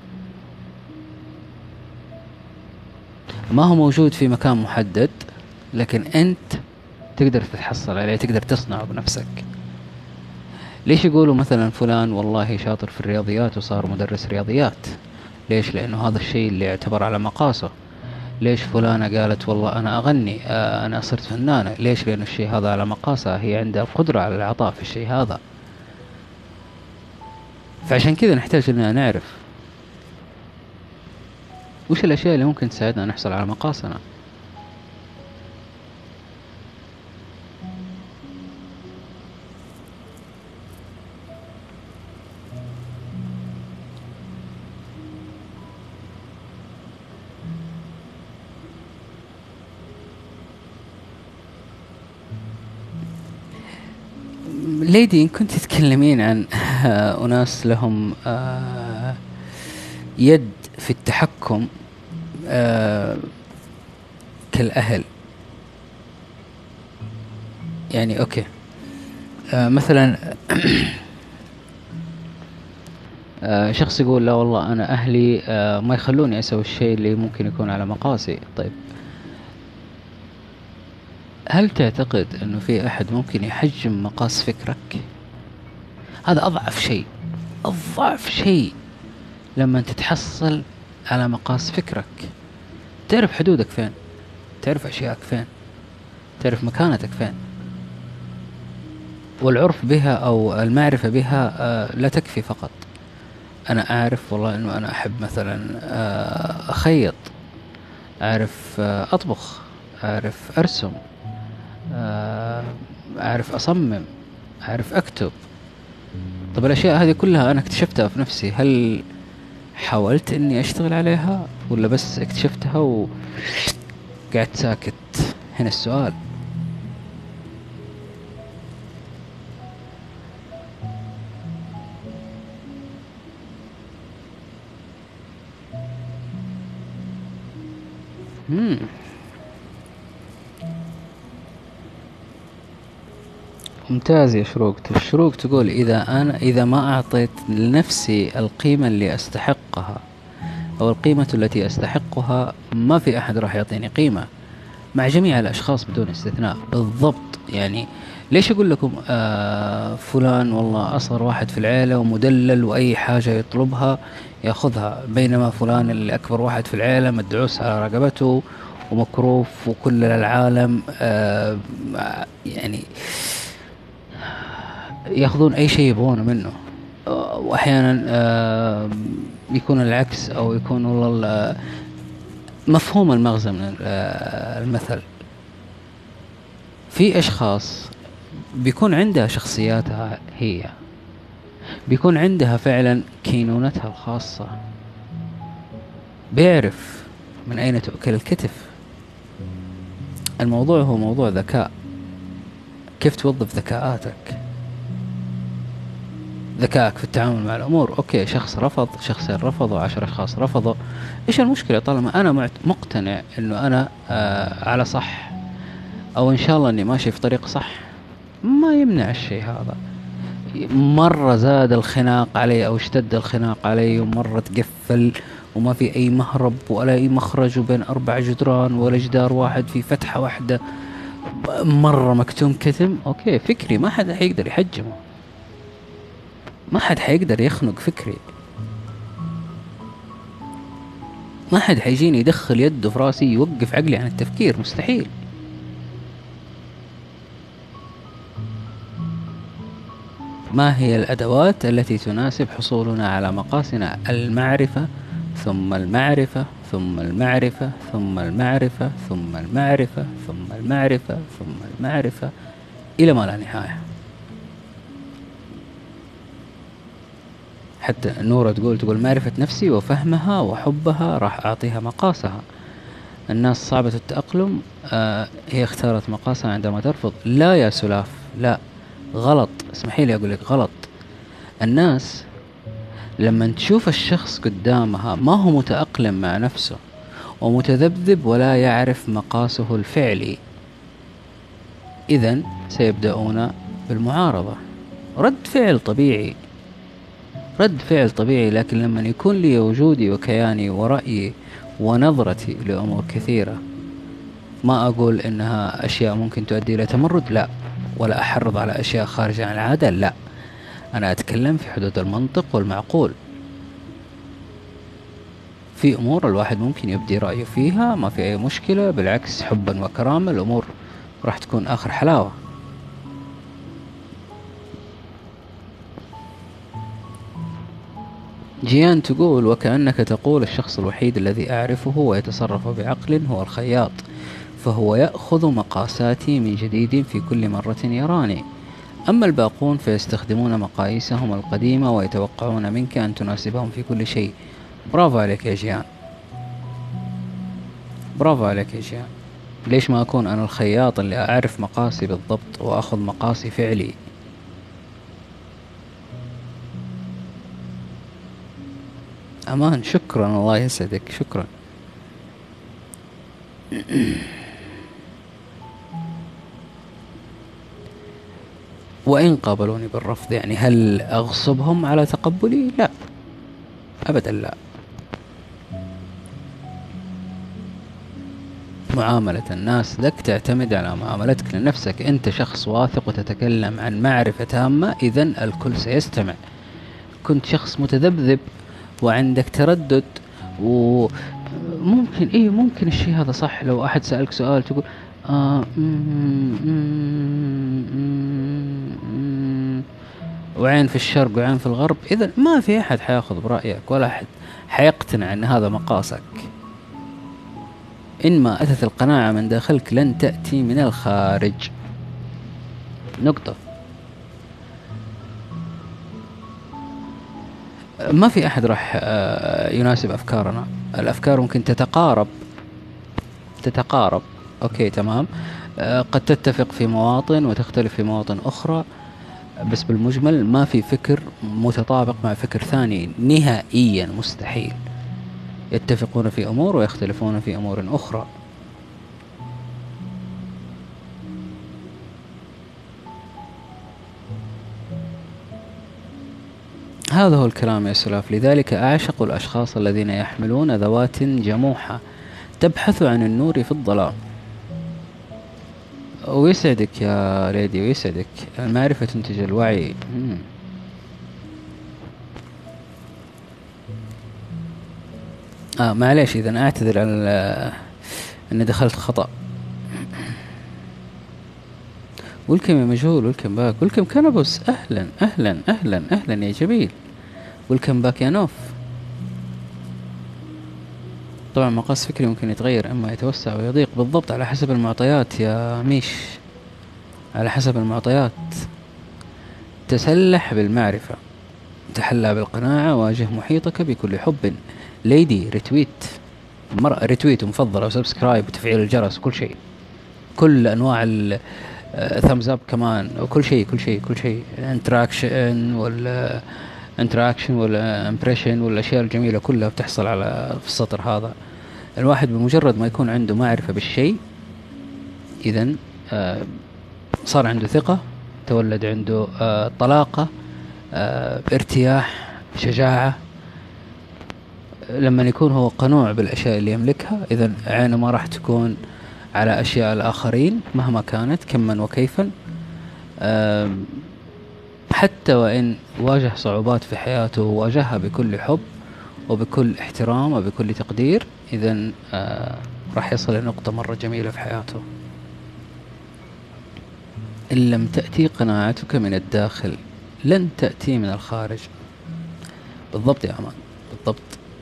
ما هو موجود في مكان محدد، لكن أنت تقدر تتحصل عليه، تقدر تصنعه بنفسك. ليش يقولوا مثلا فلان والله شاطر في الرياضيات وصار مدرس رياضيات؟ ليش؟ لأنه هذا الشيء اللي يعتبر على مقاسه. ليش فلانة قالت والله أنا أغني، أنا صرت فنانة؟ ليش؟ لأن الشيء هذا على مقاسها، هي عندها قدرة على العطاء في الشيء هذا. فعشان كذا نحتاج أننا نعرف وش الأشياء اللي ممكن تساعدنا نحصل على مقاسنا. ليدي إن كنت تتكلمين عن أناس لهم يد في التحكم كالأهل، يعني أوكي مثلا شخص يقول لا والله أنا أهلي ما يخلوني أسوي الشيء اللي ممكن يكون على مقاسي. طيب هل تعتقد أنه في أحد ممكن يحجم مقاس فكرك؟ هذا أضعف شيء لما تتحصل على مقاس فكرك. تعرف حدودك فين، تعرف أشياءك فين، تعرف مكانتك فين. والعرف بها أو المعرفة بها لا تكفي فقط. أنا أعرف والله أنه أنا أحب مثلا أخيط، أعرف أطبخ، أعرف أرسم، أعرف أصمم، أعرف أكتب. طب الأشياء هذه كلها أنا اكتشفتها في نفسي، هل حاولت إني أشتغل عليها ولا بس اكتشفتها وقعدت ساكت؟ هنا السؤال. ممتاز يا شروق. الشروق تقول إذا ما أعطيت لنفسي القيمة اللي أستحقها أو القيمة التي أستحقها، ما في أحد راح يعطيني قيمة، مع جميع الأشخاص بدون استثناء. بالضبط. يعني ليش أقول لكم فلان والله أصغر واحد في العيلة ومدلل وأي حاجة يطلبها يأخذها، بينما فلان اللي أكبر واحد في العيلة مدعوس على رقبته ومكروف وكل العالم يعني ياخذون أي شيء يبغونه منه. وأحيانا يكون العكس، أو يكون والله مفهوم المغزى من المثل. في أشخاص بيكون عندها شخصياتها، هي بيكون عندها فعلا كينونتها الخاصة، بيعرف من أين تؤكل الكتف. الموضوع هو موضوع ذكاء، كيف توظف ذكائك في التعامل مع الأمور. أوكي شخص رفض، شخصين رفضوا، 10 أشخاص رفضوا، إيش المشكلة طالما أنا مقتنع أنه أنا على صح، او ان شاء الله اني ماشي في طريق صح، ما يمنع الشيء هذا. مرة زاد الخناق علي او اشتد الخناق علي ومرة تقفل وما في اي مهرب ولا اي مخرج وبين 4 جدران ولا جدار واحد في فتحة واحدة، مرة مكتوم كتم، اوكي فكري ما حد حيقدر يحجمه، ما حد حيقدر يخنق فكري، ما حد حيجيني يدخل يده في راسي يوقف عقلي عن التفكير، مستحيل. ما هي الأدوات التي تناسب حصولنا على مقاسنا؟ المعرفة، ثم المعرفة، ثم المعرفة، ثم المعرفة، ثم المعرفة، ثم المعرفة، ثم المعرفة، إلى ما لا نهاية. حتى نورة تقول معرفة نفسي وفهمها وحبها راح أعطيها مقاسها. الناس صعبة التأقلم، هي اختارت مقاسها عندما ترفض. لا يا سلاف، لا، غلط، اسمحي لي أقول لك غلط. الناس لما تشوف الشخص قدامها ما هو متأقلم مع نفسه ومتذبذب ولا يعرف مقاسه الفعلي، إذن سيبدأون بالمعارضة. رد فعل طبيعي، رد فعل طبيعي. لكن لما يكون لي وجودي وكياني ورأيي ونظرتي لأمور كثيرة، ما أقول إنها أشياء ممكن تؤدي إلى تمرد، لا، ولا أحرض على أشياء خارجة عن العادة، لا، أنا أتكلم في حدود المنطق والمعقول. في أمور الواحد ممكن يبدي رأيه فيها، ما في أي مشكلة، بالعكس حبا وكرامة، الأمور راح تكون آخر حلاوة. جيان تقول وكأنك تقول الشخص الوحيد الذي أعرفه ويتصرف بعقل هو الخياط، فهو يأخذ مقاساتي من جديد في كل مرة يراني، أما الباقون فيستخدمون مقاييسهم القديمة ويتوقعون منك أن تناسبهم في كل شيء. برافو عليك يا جيان، برافو عليك يا جيان. ليش ما أكون أنا الخياط اللي أعرف مقاسي بالضبط وأخذ مقاسي فعلي؟ أمان، شكرا، الله يسعدك، شكرا. وإن قابلوني بالرفض، يعني هل أغصبهم على تقبلي؟ لا، أبدا لا. معاملة الناس لك تعتمد على معاملتك لنفسك. أنت شخص واثق وتتكلم عن معرفة تامة، إذن الكل سيستمع. كنت شخص متذبذب وعندك تردد، وممكن ممكن الشيء هذا صح. لو أحد سألك سؤال تقول وعين في الشرق وعين في الغرب، إذن ما في أحد حياخذ برأيك ولا أحد حيقتنع أن هذا مقاسك. إن ما أتت القناعة من داخلك لن تأتي من الخارج، نقطة. ما في أحد راح يناسب أفكارنا. الأفكار ممكن تتقارب، أوكي تمام، قد تتفق في مواطن وتختلف في مواطن أخرى، بس بالمجمل ما في فكر متطابق مع فكر ثاني نهائيا، مستحيل. يتفقون في أمور ويختلفون في أمور أخرى. هذا هو الكلام يا سلاف. لذلك أعشق الأشخاص الذين يحملون ذوات جموحة تبحث عن النور في الظلام. ويسعدك يا ليدي، ويسعدك. المعرفة تنتج الوعي. معليش إذا أعتذر عن أني دخلت خطأ. ولكم يا مجهول، ولكم باك، ولكم كنبس، أهلا أهلا أهلا أهلا يا جميل، ولكم باك يا نوف. طبعا مقاس فكري ممكن يتغير، إما يتوسع ويضيق، بالضبط على حسب المعطيات يا ميش، على حسب المعطيات. تسلح بالمعرفة، تحلى بالقناعة، واجه محيطك بكل حب. ليدي ريتويت، ريتويت مفضلة وسبسكرايب وتفعيل الجرس وكل شيء، كل أنواع ثامز اب كمان، وكل شيء كل شيء كل شيء، انتراكشن ولا امبريشن والاشياء الجميله كلها بتحصل على في السطر هذا. الواحد بمجرد ما يكون عنده معرفه بالشيء، اذن صار عنده ثقة، تولد عنده طلاقة، ارتياح، شجاعة. لما يكون هو قنوع بالأشياء اللي يملكها، إذا عينه ما راح تكون على أشياء الآخرين مهما كانت كما وكيفا. حتى وإن واجه صعوبات في حياته واجهها بكل حب وبكل احترام وبكل تقدير، إذا راح يصل لنقطة مرة جميلة في حياته. إن لم تأتي قناعتك من الداخل لن تأتي من الخارج. بالضبط يا أمان، بالضبط.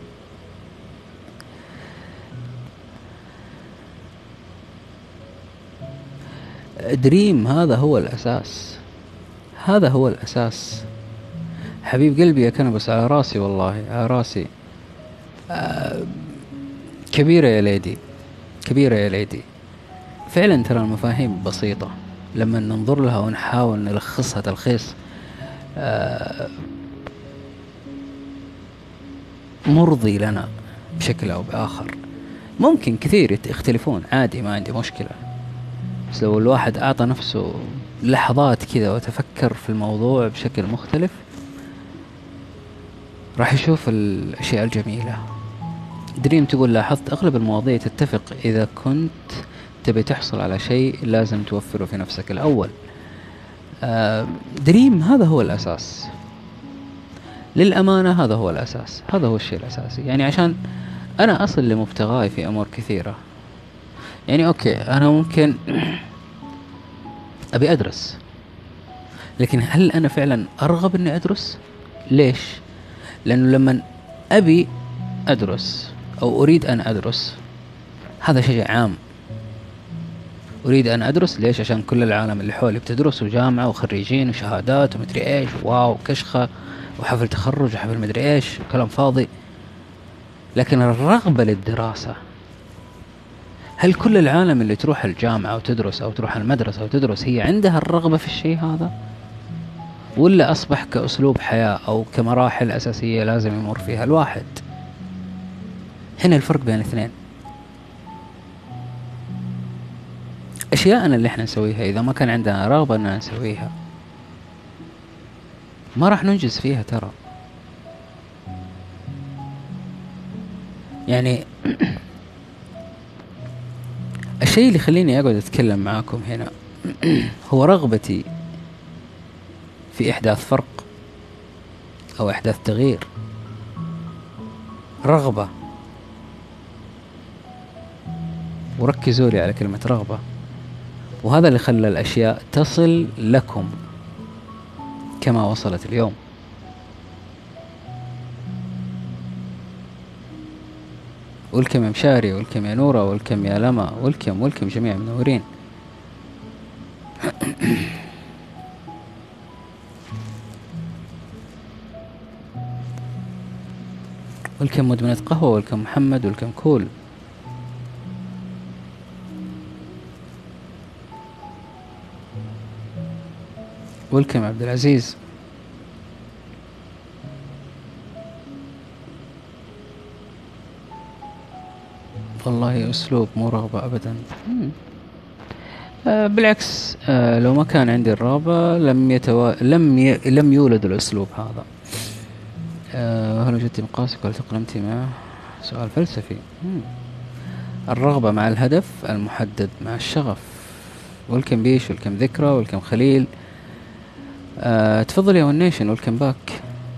دريم، هذا هو الأساس، هذا هو الأساس. حبيب قلبي يا كنبس، على راسي والله، على راسي. كبيرة يا ليدي، كبيرة يا ليدي. فعلا ترى المفاهيم بسيطة لما ننظر لها ونحاول نلخصها تلخيص مرضي لنا بشكل أو بآخر. ممكن كثير يختلفون، عادي، ما عندي مشكلة، بس لو الواحد أعطى نفسه لحظات كذا وتفكر في الموضوع بشكل مختلف راح يشوف الأشياء الجميلة. دريم تقول لاحظت أغلب المواضيع تتفق، إذا كنت تبي تحصل على شيء لازم توفره في نفسك الأول. دريم، هذا هو الأساس للأمانة، هذا هو الأساس، هذا هو الشيء الأساسي. يعني عشان أنا أصل لمبتغاي في أمور كثيرة، يعني أوكي أنا ممكن أبي أدرس، لكن هل أنا فعلا أرغب أني أدرس؟ ليش؟ لأنه لما أبي أدرس أو أريد أن أدرس، هذا شيء عام. أريد أن أدرس ليش؟ عشان كل العالم اللي حولي بتدرس، وجامعة وخريجين وشهادات ومدري إيش، واو كشخة وحفل تخرج وحفل مدري إيش، كلام فاضي. لكن الرغبة للدراسة، هل كل العالم اللي تروح الجامعة وتدرس أو تروح المدرسة وتدرس هي عندها الرغبة في الشيء هذا؟ ولا أصبح كأسلوب حياة أو كمراحل أساسية لازم يمر فيها الواحد؟ هنا الفرق بين الاثنين. أشياءنا اللي احنا نسويها إذا ما كان عندنا رغبة أننا نسويها ما راح ننجز فيها ترى. يعني الشيء اللي يخليني أقعد أتكلم معاكم هنا هو رغبتي في إحداث فرق أو إحداث تغيير. رغبة، وركزوا لي على كلمة رغبة، وهذا اللي خلى الأشياء تصل لكم كما وصلت اليوم. ولكم يا مشاري، ولكم يا نورة، ولكم يا لما، ولكم جميع منورين. ولكم مدمنة قهوة، ولكم محمد، ولكم كول. ولكم عبد العزيز. والله أسلوب مو رغبة أبدا. بالعكس، لو ما كان عندي الرغبة لم يولد الأسلوب هذا. هل وجدت مقاسك وهل تقلمتي معه؟ سؤال فلسفي. الرغبة مع الهدف المحدد مع الشغف. ولكم بيش، ولكم ذكرى، ولكم خليل. تفضل يا ونيشن، ولكم باك.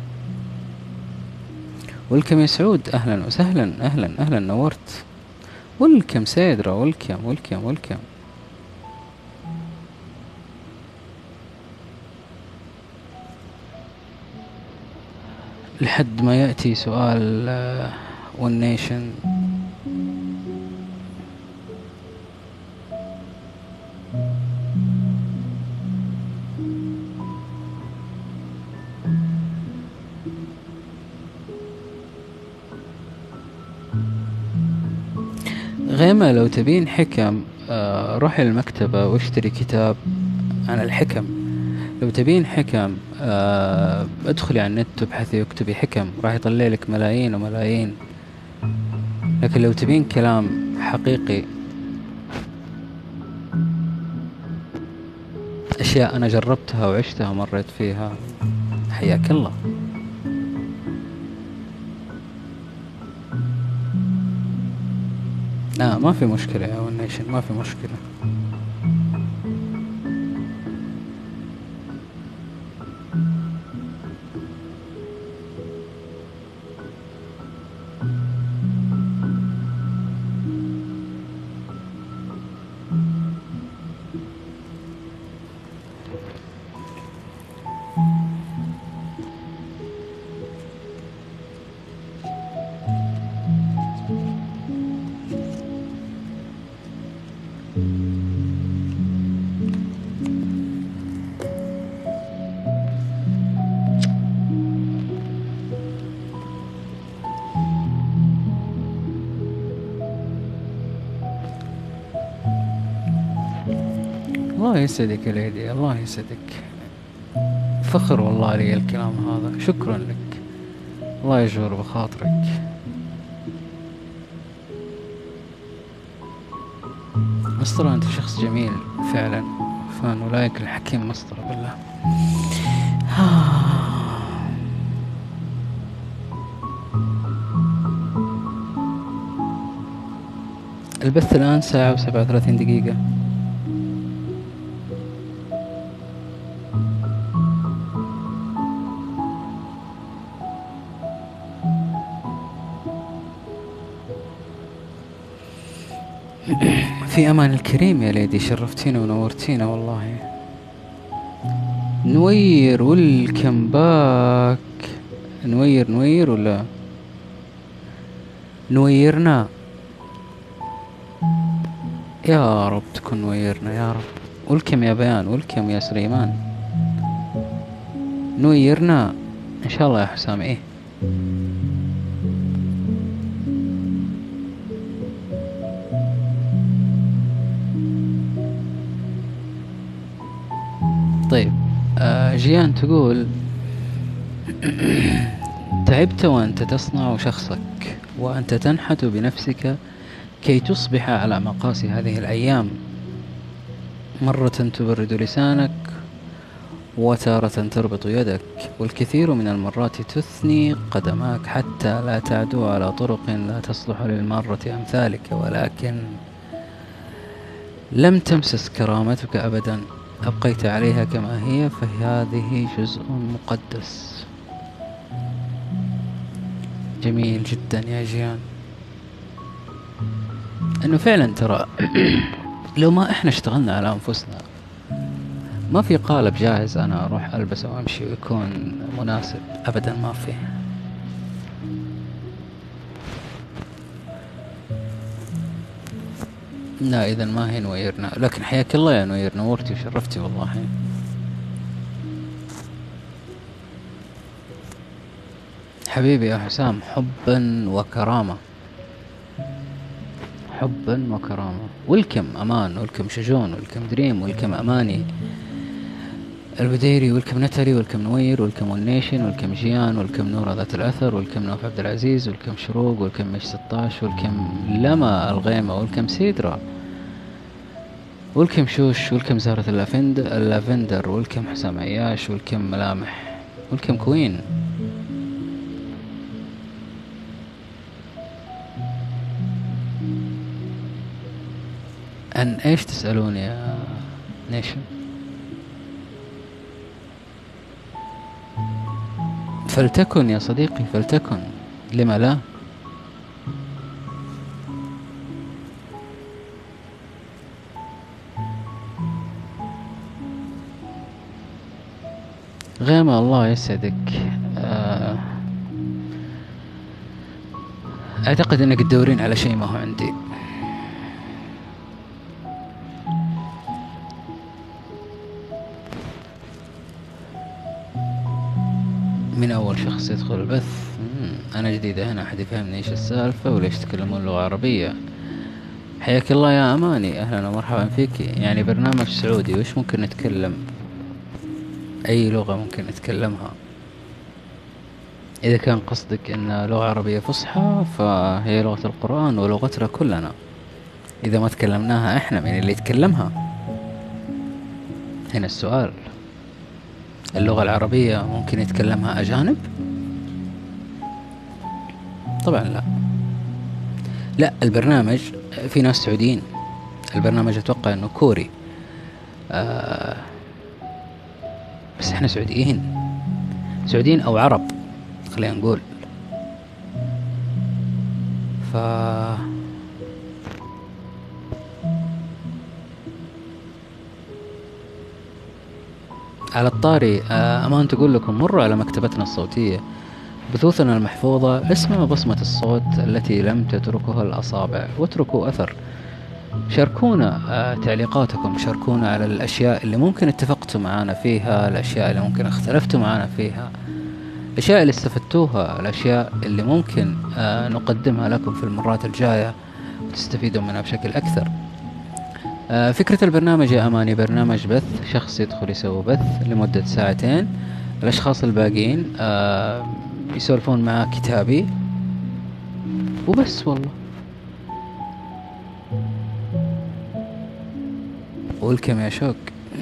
ولكم يا سعود، أهلا وسهلا، أهلا نورت. ولكم سيدرا، ولكم. لحد ما يأتي سؤال والنيشن. غيمة، لو تبين حكم روحي المكتبة واشتري كتاب عن الحكم. لو تبين حكم ادخلي على النت وابحثي واكتبي حكم، راح يطلع لك ملايين وملايين. لكن لو تبين كلام حقيقي أشياء أنا جربتها وعشتها ومريت فيها. حياك الله. ما في مشكلة يا ونيشن، ما في مشكلة. الله يسعدك يا ليدي، الله يسعدك. فخر والله لي الكلام هذا، شكرا لك، الله يجبر بخاطرك. مسطرة أنت شخص جميل فعلا، فان ولايك الحكيم مسطرة بالله. البث الآن 1:37. في أمان الكريم يا ليدي، شرفتينا ونورتينا والله. نوير والكم باك. نوير ولا نويرنا؟ يا رب تكون نويرنا يا رب. والكم يا بيان، والكم يا سليمان. نويرنا إن شاء الله يا حسام. إيه طيب. جيان تقول تعبت وأنت تصنع شخصك وأنت تنحت بنفسك كي تصبح على مقاس هذه الأيام. مرة تبرد لسانك وتارة تربط يدك، والكثير من المرات تثني قدماك حتى لا تعدو على طرق لا تصلح للمارة أمثالك، ولكن لم تمسس كرامتك أبدا، أبقيت عليها كما هي، فهذه جزء مقدس. جميل جدا يا جيان. انه فعلا ترى لو ما احنا اشتغلنا على انفسنا ما في قالب جاهز انا اروح البسه وامشي ويكون مناسب ابدا، ما في. لا اذا ما هي نويرنا، لكن حياك الله يا نوير، نورتي وشرفتي والله. حبيبي يا حسام، حبا وكرامة، حبا وكرامة. ولكم امان، ولكم شجون، ولكم دريم، ولكم اماني البديري، ولكم نتالي، ولكم نوير، ولكم ونيشن، ولكم جيان، ولكم نورة ذات الاثر، ولكم نوف عبد العزيز، ولكم شروق، ولكم مش 16، ولكم لما الغيمة، ولكم سيدرا، ولكم شوش، ولكم زهرة اللافندر، ولكم حسام عياش، ولكم ملامح، ولكم كوين. عن ايش تسألون يا نيشن؟ فلتكن يا صديقي، فلتكن، لما لا؟ غيمة الله يسعدك. اعتقد انك تدورين على شيء ما هو عندي. من اول شخص يدخل البث. انا جديدة هنا، احد يفهمني ايش السالفة وليش تكلمون لغة عربية. حياك الله يا اماني، اهلا ومرحبا فيك. يعني برنامج سعودي، وش ممكن نتكلم؟ اي لغة ممكن نتكلمها. اذا كان قصدك ان لغة عربية فصحى فهي لغة القرآن ولغتنا كلنا، اذا ما تكلمناها احنا من اللي يتكلمها؟ هنا السؤال، اللغة العربية ممكن يتكلمها أجانب؟ طبعا لا. لا، البرنامج في ناس سعوديين، البرنامج أتوقع أنه كوري، بس احنا سعوديين أو عرب خلينا نقول. ف على الطاري أمان تقول لكم مروا على مكتبتنا الصوتية، بثوثنا المحفوظة اسمها بصمة الصوت التي لم تتركها الأصابع، واتركوا أثر. شاركونا تعليقاتكم، شاركونا على الأشياء اللي ممكن اتفقتوا معنا فيها، الأشياء اللي ممكن اختلفتوا معنا فيها، الأشياء اللي استفدتوها، الأشياء اللي ممكن نقدمها لكم في المرات الجاية وتستفيدوا منها بشكل أكثر. فكرة البرنامج يا أماني برنامج بث، شخص يدخل يسوي بث لمدة 2 ساعة، الأشخاص الباقيين يسولفون معاه كتابي وبس. والله والكم يا شوق.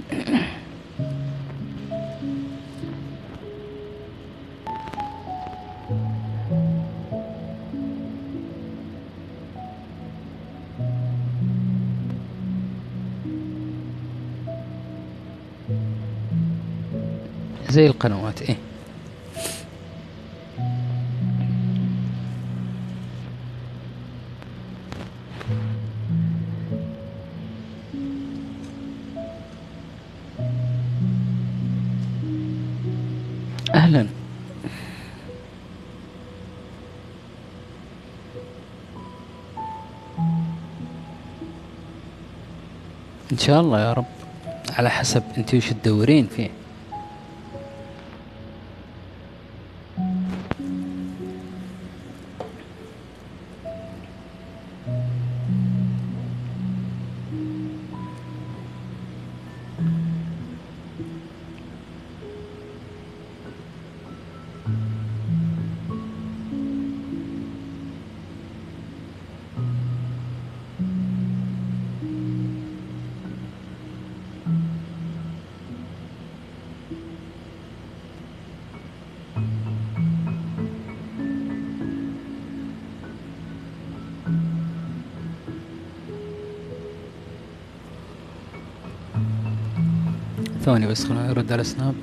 زي القنوات ايه. اهلا. ان شاء الله يا رب، على حسب انتي وش تدورين فيه. ثواني بس، خلوني ارد على سناب.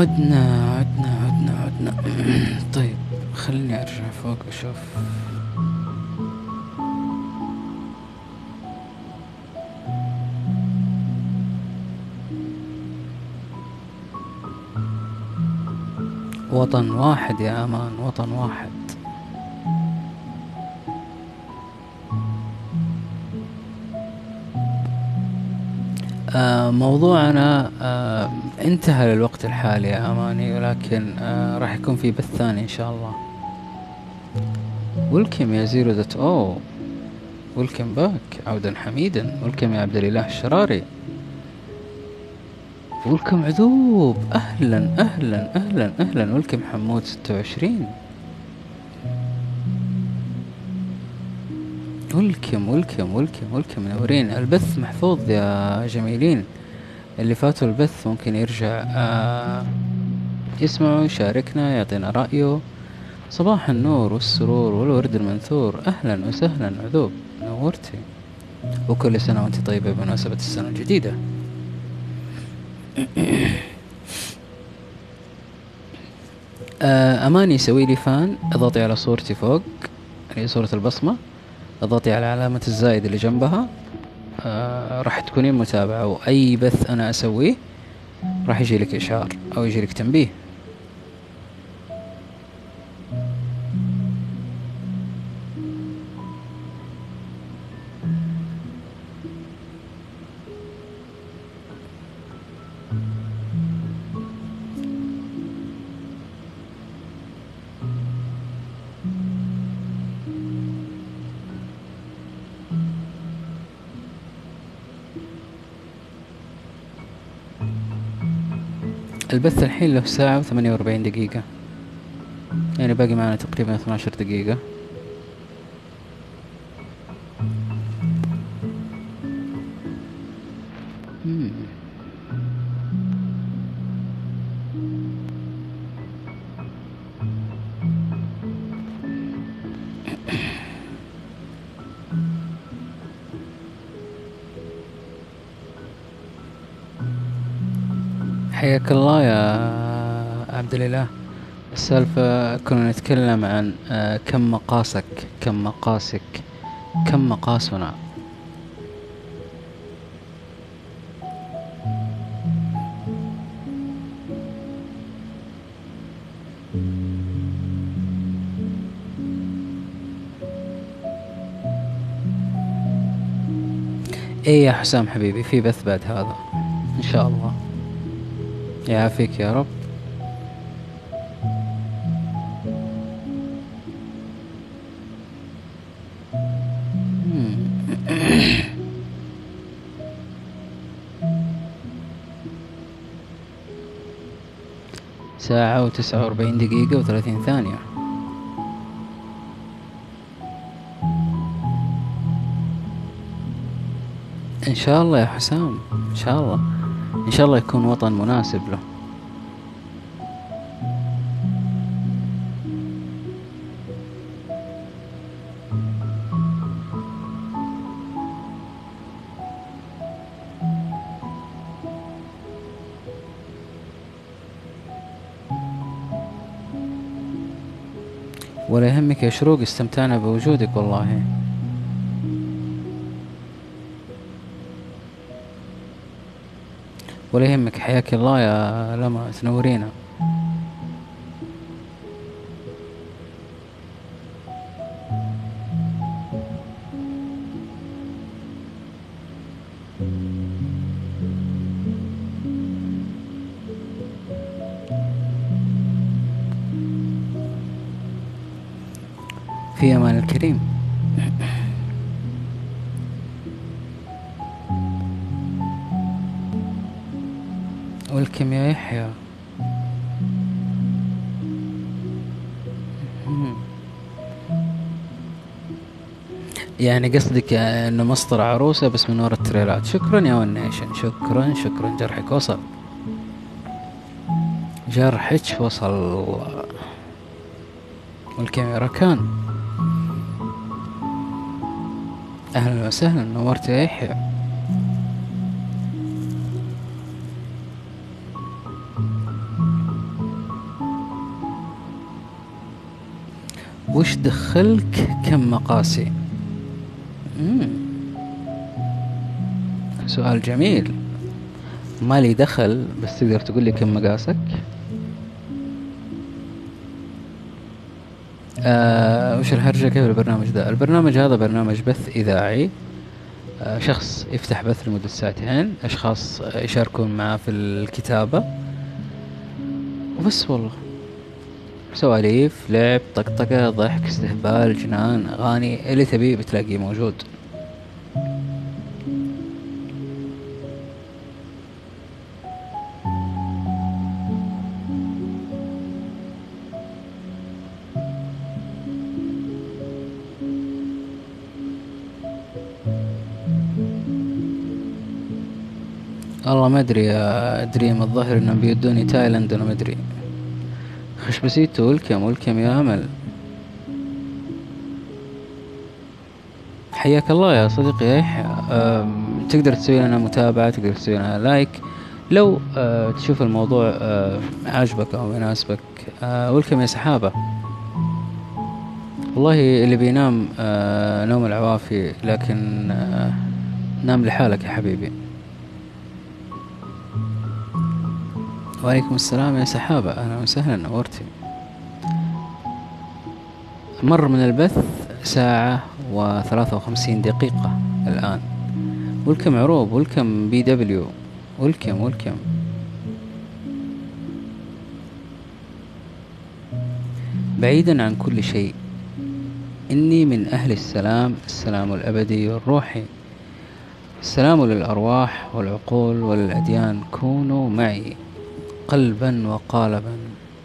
عدنا. طيب خليني ارجع فوق اشوف. وطن واحد يا امان، وطن واحد. موضوعنا انتهى للوقت الحالي يا اماني، ولكن راح يكون في بث ثاني ان شاء الله. ولكم يا زيرو دوت او، ولكم باك عودا حميدا، ولكم يا عبد الاله الشراري، ولكم عذوب، اهلا، ولكم حمود 26، ولكم منورين. البث محفوظ يا جميلين، اللي فاتوا البث ممكن يرجع يسمعوا، يشاركنا، يعطينا رأيه. صباح النور والسرور والورد المنثور، أهلا وسهلا عذوب، نورتي، وكل سنة وانت طيبة بمناسبة السنة الجديدة. أماني سوي لي فان، اضغطي على صورتي فوق، اللي هي صورة البصمة، اضغطي على علامة الزائد اللي جنبها، راح تكونين متابعة، وأي بث أنا أسويه راح يجي لك إشعار أو يجي لك تنبيه. البث الحين له ساعة و48 دقيقة، يعني باقي معنا تقريبا 12 دقيقة. حياك الله يا عبد الاله. السالفة كنا نتكلم عن كم مقاسك، كم مقاسك، كم مقاسنا. ايه يا حسام حبيبي، في بث بعد هذا ان شاء الله، يعافيك يا رب. ساعة و49 دقيقة و30 ثانية. ان شاء الله يا حسام، ان شاء الله، ان شاء الله يكون وطن مناسب له. ولا يهمك يا شروق، استمتعنا بوجودك والله. ولا يهمك، حياك الله يا لما، تنورينا. في امان الكريم. والكم يا يحيى. يعني قصدك انه مسطر عروسة بس من ورا التريلات. شكرا يا ونيشن، شكرا، جرحك وصل، جرحك وصل. والكم يا ركان، اهلا وسهلا، نورت يا يحيى. وش دخلك كم مقاسي؟ سؤال جميل. ما لي دخل، بس تقدر تقول لي كم مقاسك؟ وش الهرجة؟ كيف البرنامج ده؟ البرنامج هذا برنامج بث إذاعي. شخص يفتح بث لمدة ساعتين، أشخاص يشاركون معه في الكتابة، وبس. والله سواليف، لعب، طقطقة، ضحك، استهبال، جنان، أغاني، اللي تبيه بتلاقيه موجود. والله ما ادري يا دريم، الظاهر انهم بيودوني تايلاند، انا ما ادري. خشبسيتو، ولكم يا امل. حياك الله يا صديقي يا يحيى. تقدر تسوي لنا متابعة، تقدر تسوي لنا لايك لو تشوف الموضوع عاجبك او يناسبك. ولكم يا سحابة. والله اللي بينام نوم العوافي، لكن نام لحالك يا حبيبي. وعليكم السلام يا سحابة، أهلا وسهلا، نورتي. مر من البث 1:53 الآن. ولكم عروب، ولكم BW، ولكم. بعيدا عن كل شيء، إني من أهل السلام، السلام الأبدي والروحي، السلام للأرواح والعقول والأديان. كونوا معي قلبا وقالبا،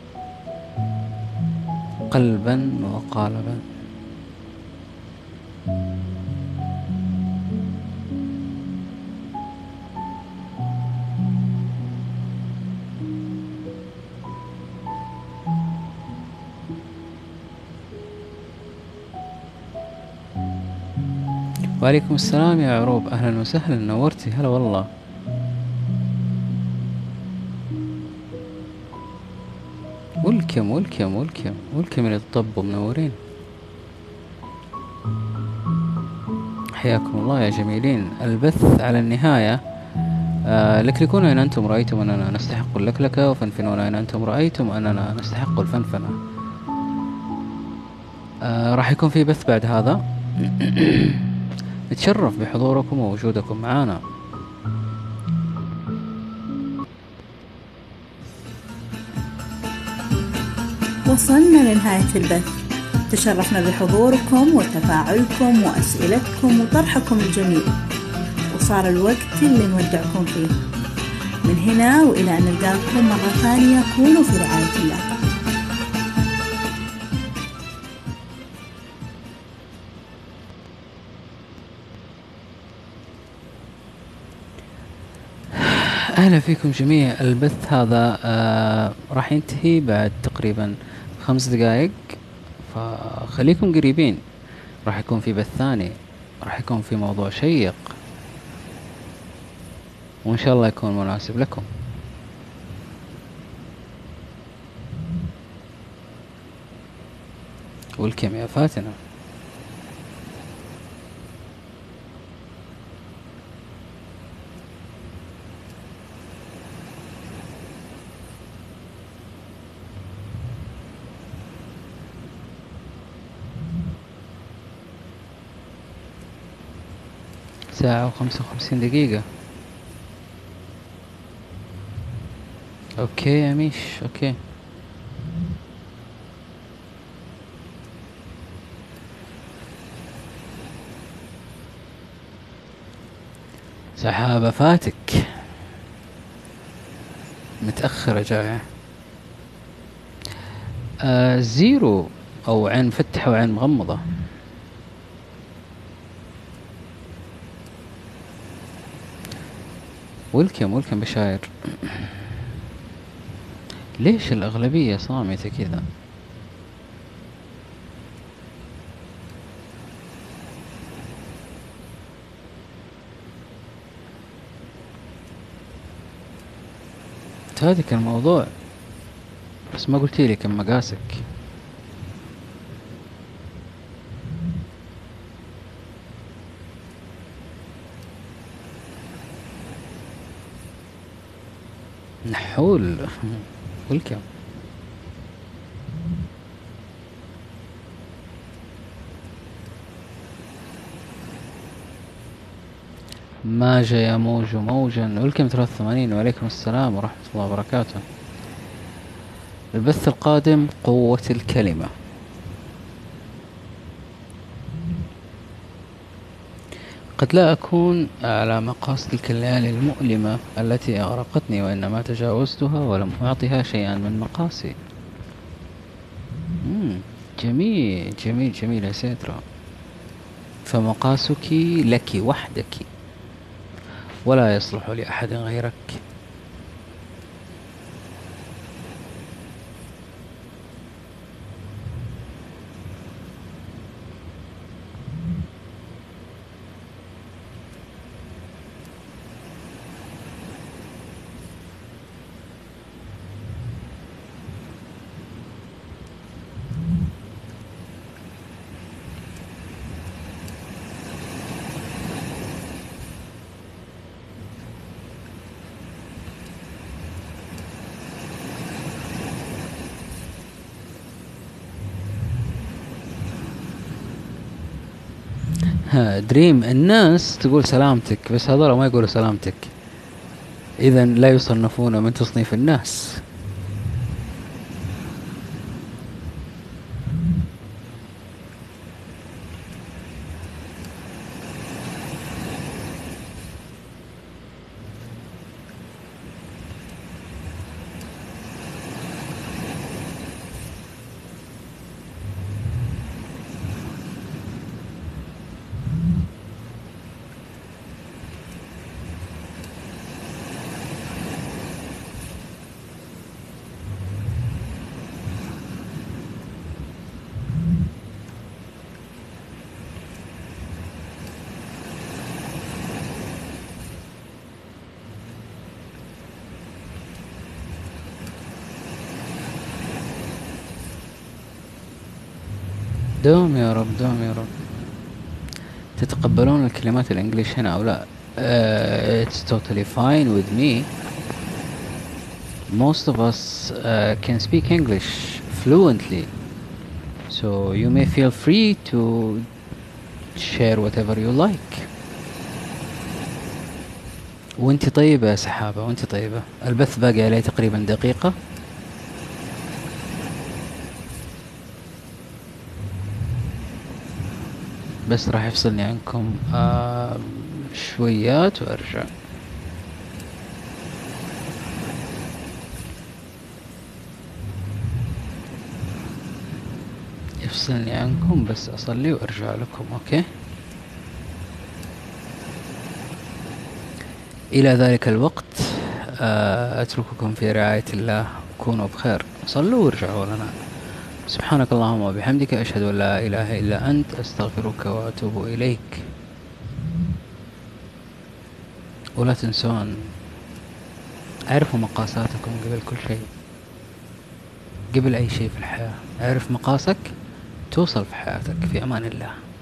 قلبا وقالبا. وعليكم السلام يا عروب، أهلا وسهلا، نورتي، هلا والله. ولكم اللي تطبوا، منورين. حياكم الله يا جميلين. البث على النهاية. لكلكون إن أنتم رأيتم أننا نستحق اللكلكة، وفنفنون إن أنتم رأيتم أننا نستحق الفنفنة. راح يكون في بث بعد هذا. نتشرف بحضوركم ووجودكم معنا. وصلنا لنهاية البث. تشرفنا بحضوركم وتفاعلكم وأسئلتكم وطرحكم الجميل، وصار الوقت اللي نودعكم فيه. من هنا وإلى أن نلقاكم مرة ثانية، كونوا في رعاية الله. أهلا فيكم جميع. البث هذا راح ينتهي بعد تقريبا 5 دقائق، فخليكم قريبين. راح يكون في بث ثاني، راح يكون في موضوع شيق، وإن شاء الله يكون مناسب لكم. والكم يا فاتنة. ساعة و55 دقيقة. اوكي يا ميش، اوكي. سحابة فاتك متأخرة جاية. زيرو، او عين مفتحة وعين مغمضة. ولكم بشاير. ليش الأغلبية صامتة كذا؟ هذا كان الموضوع، بس ما قلتيلي كم مقاسك. نحول. ولكم. ماجا يا موجو موجا، ولكم 83. وعليكم السلام ورحمة الله وبركاته. البث القادم قوة الكلمة. قد لا أكون على مقاصد تلك الليالي المؤلمة التي أغرقتني، وإنما تجاوزتها ولم أعطها شيئا من مقاسي. جميل جميل جميل يا سيدرا. فمقاسك لك وحدك ولا يصلح لأحد غيرك. دريم، الناس تقول سلامتك بس هذول ما يقولوا سلامتك، إذا لا يصنفون من تصنيف الناس. دوم يا رب، دوم يا رب. تتقبلون الكلمات الانجليش هنا او لا؟ It's totally fine with me. Most of us can speak English fluently, so you may feel free to share whatever you like. وانت طيبة يا سحابة، وانت طيبة. البث باقي عليه تقريبا دقيقة. بس راح يفصلني عنكم شويات وارجع. يفصلني عنكم بس اصلي وارجع لكم. اوكي، الى ذلك الوقت اترككم في رعاية الله. كونوا بخير، صلوا وارجعوا لنا. سبحانك اللهم وبحمدك، أشهد أن لا إله إلا أنت، أستغفرك وأتوب إليك. ولا تنسون اعرفوا مقاساتكم قبل كل شيء، قبل أي شيء في الحياة. اعرف مقاسك توصل في حياتك. في أمان الله.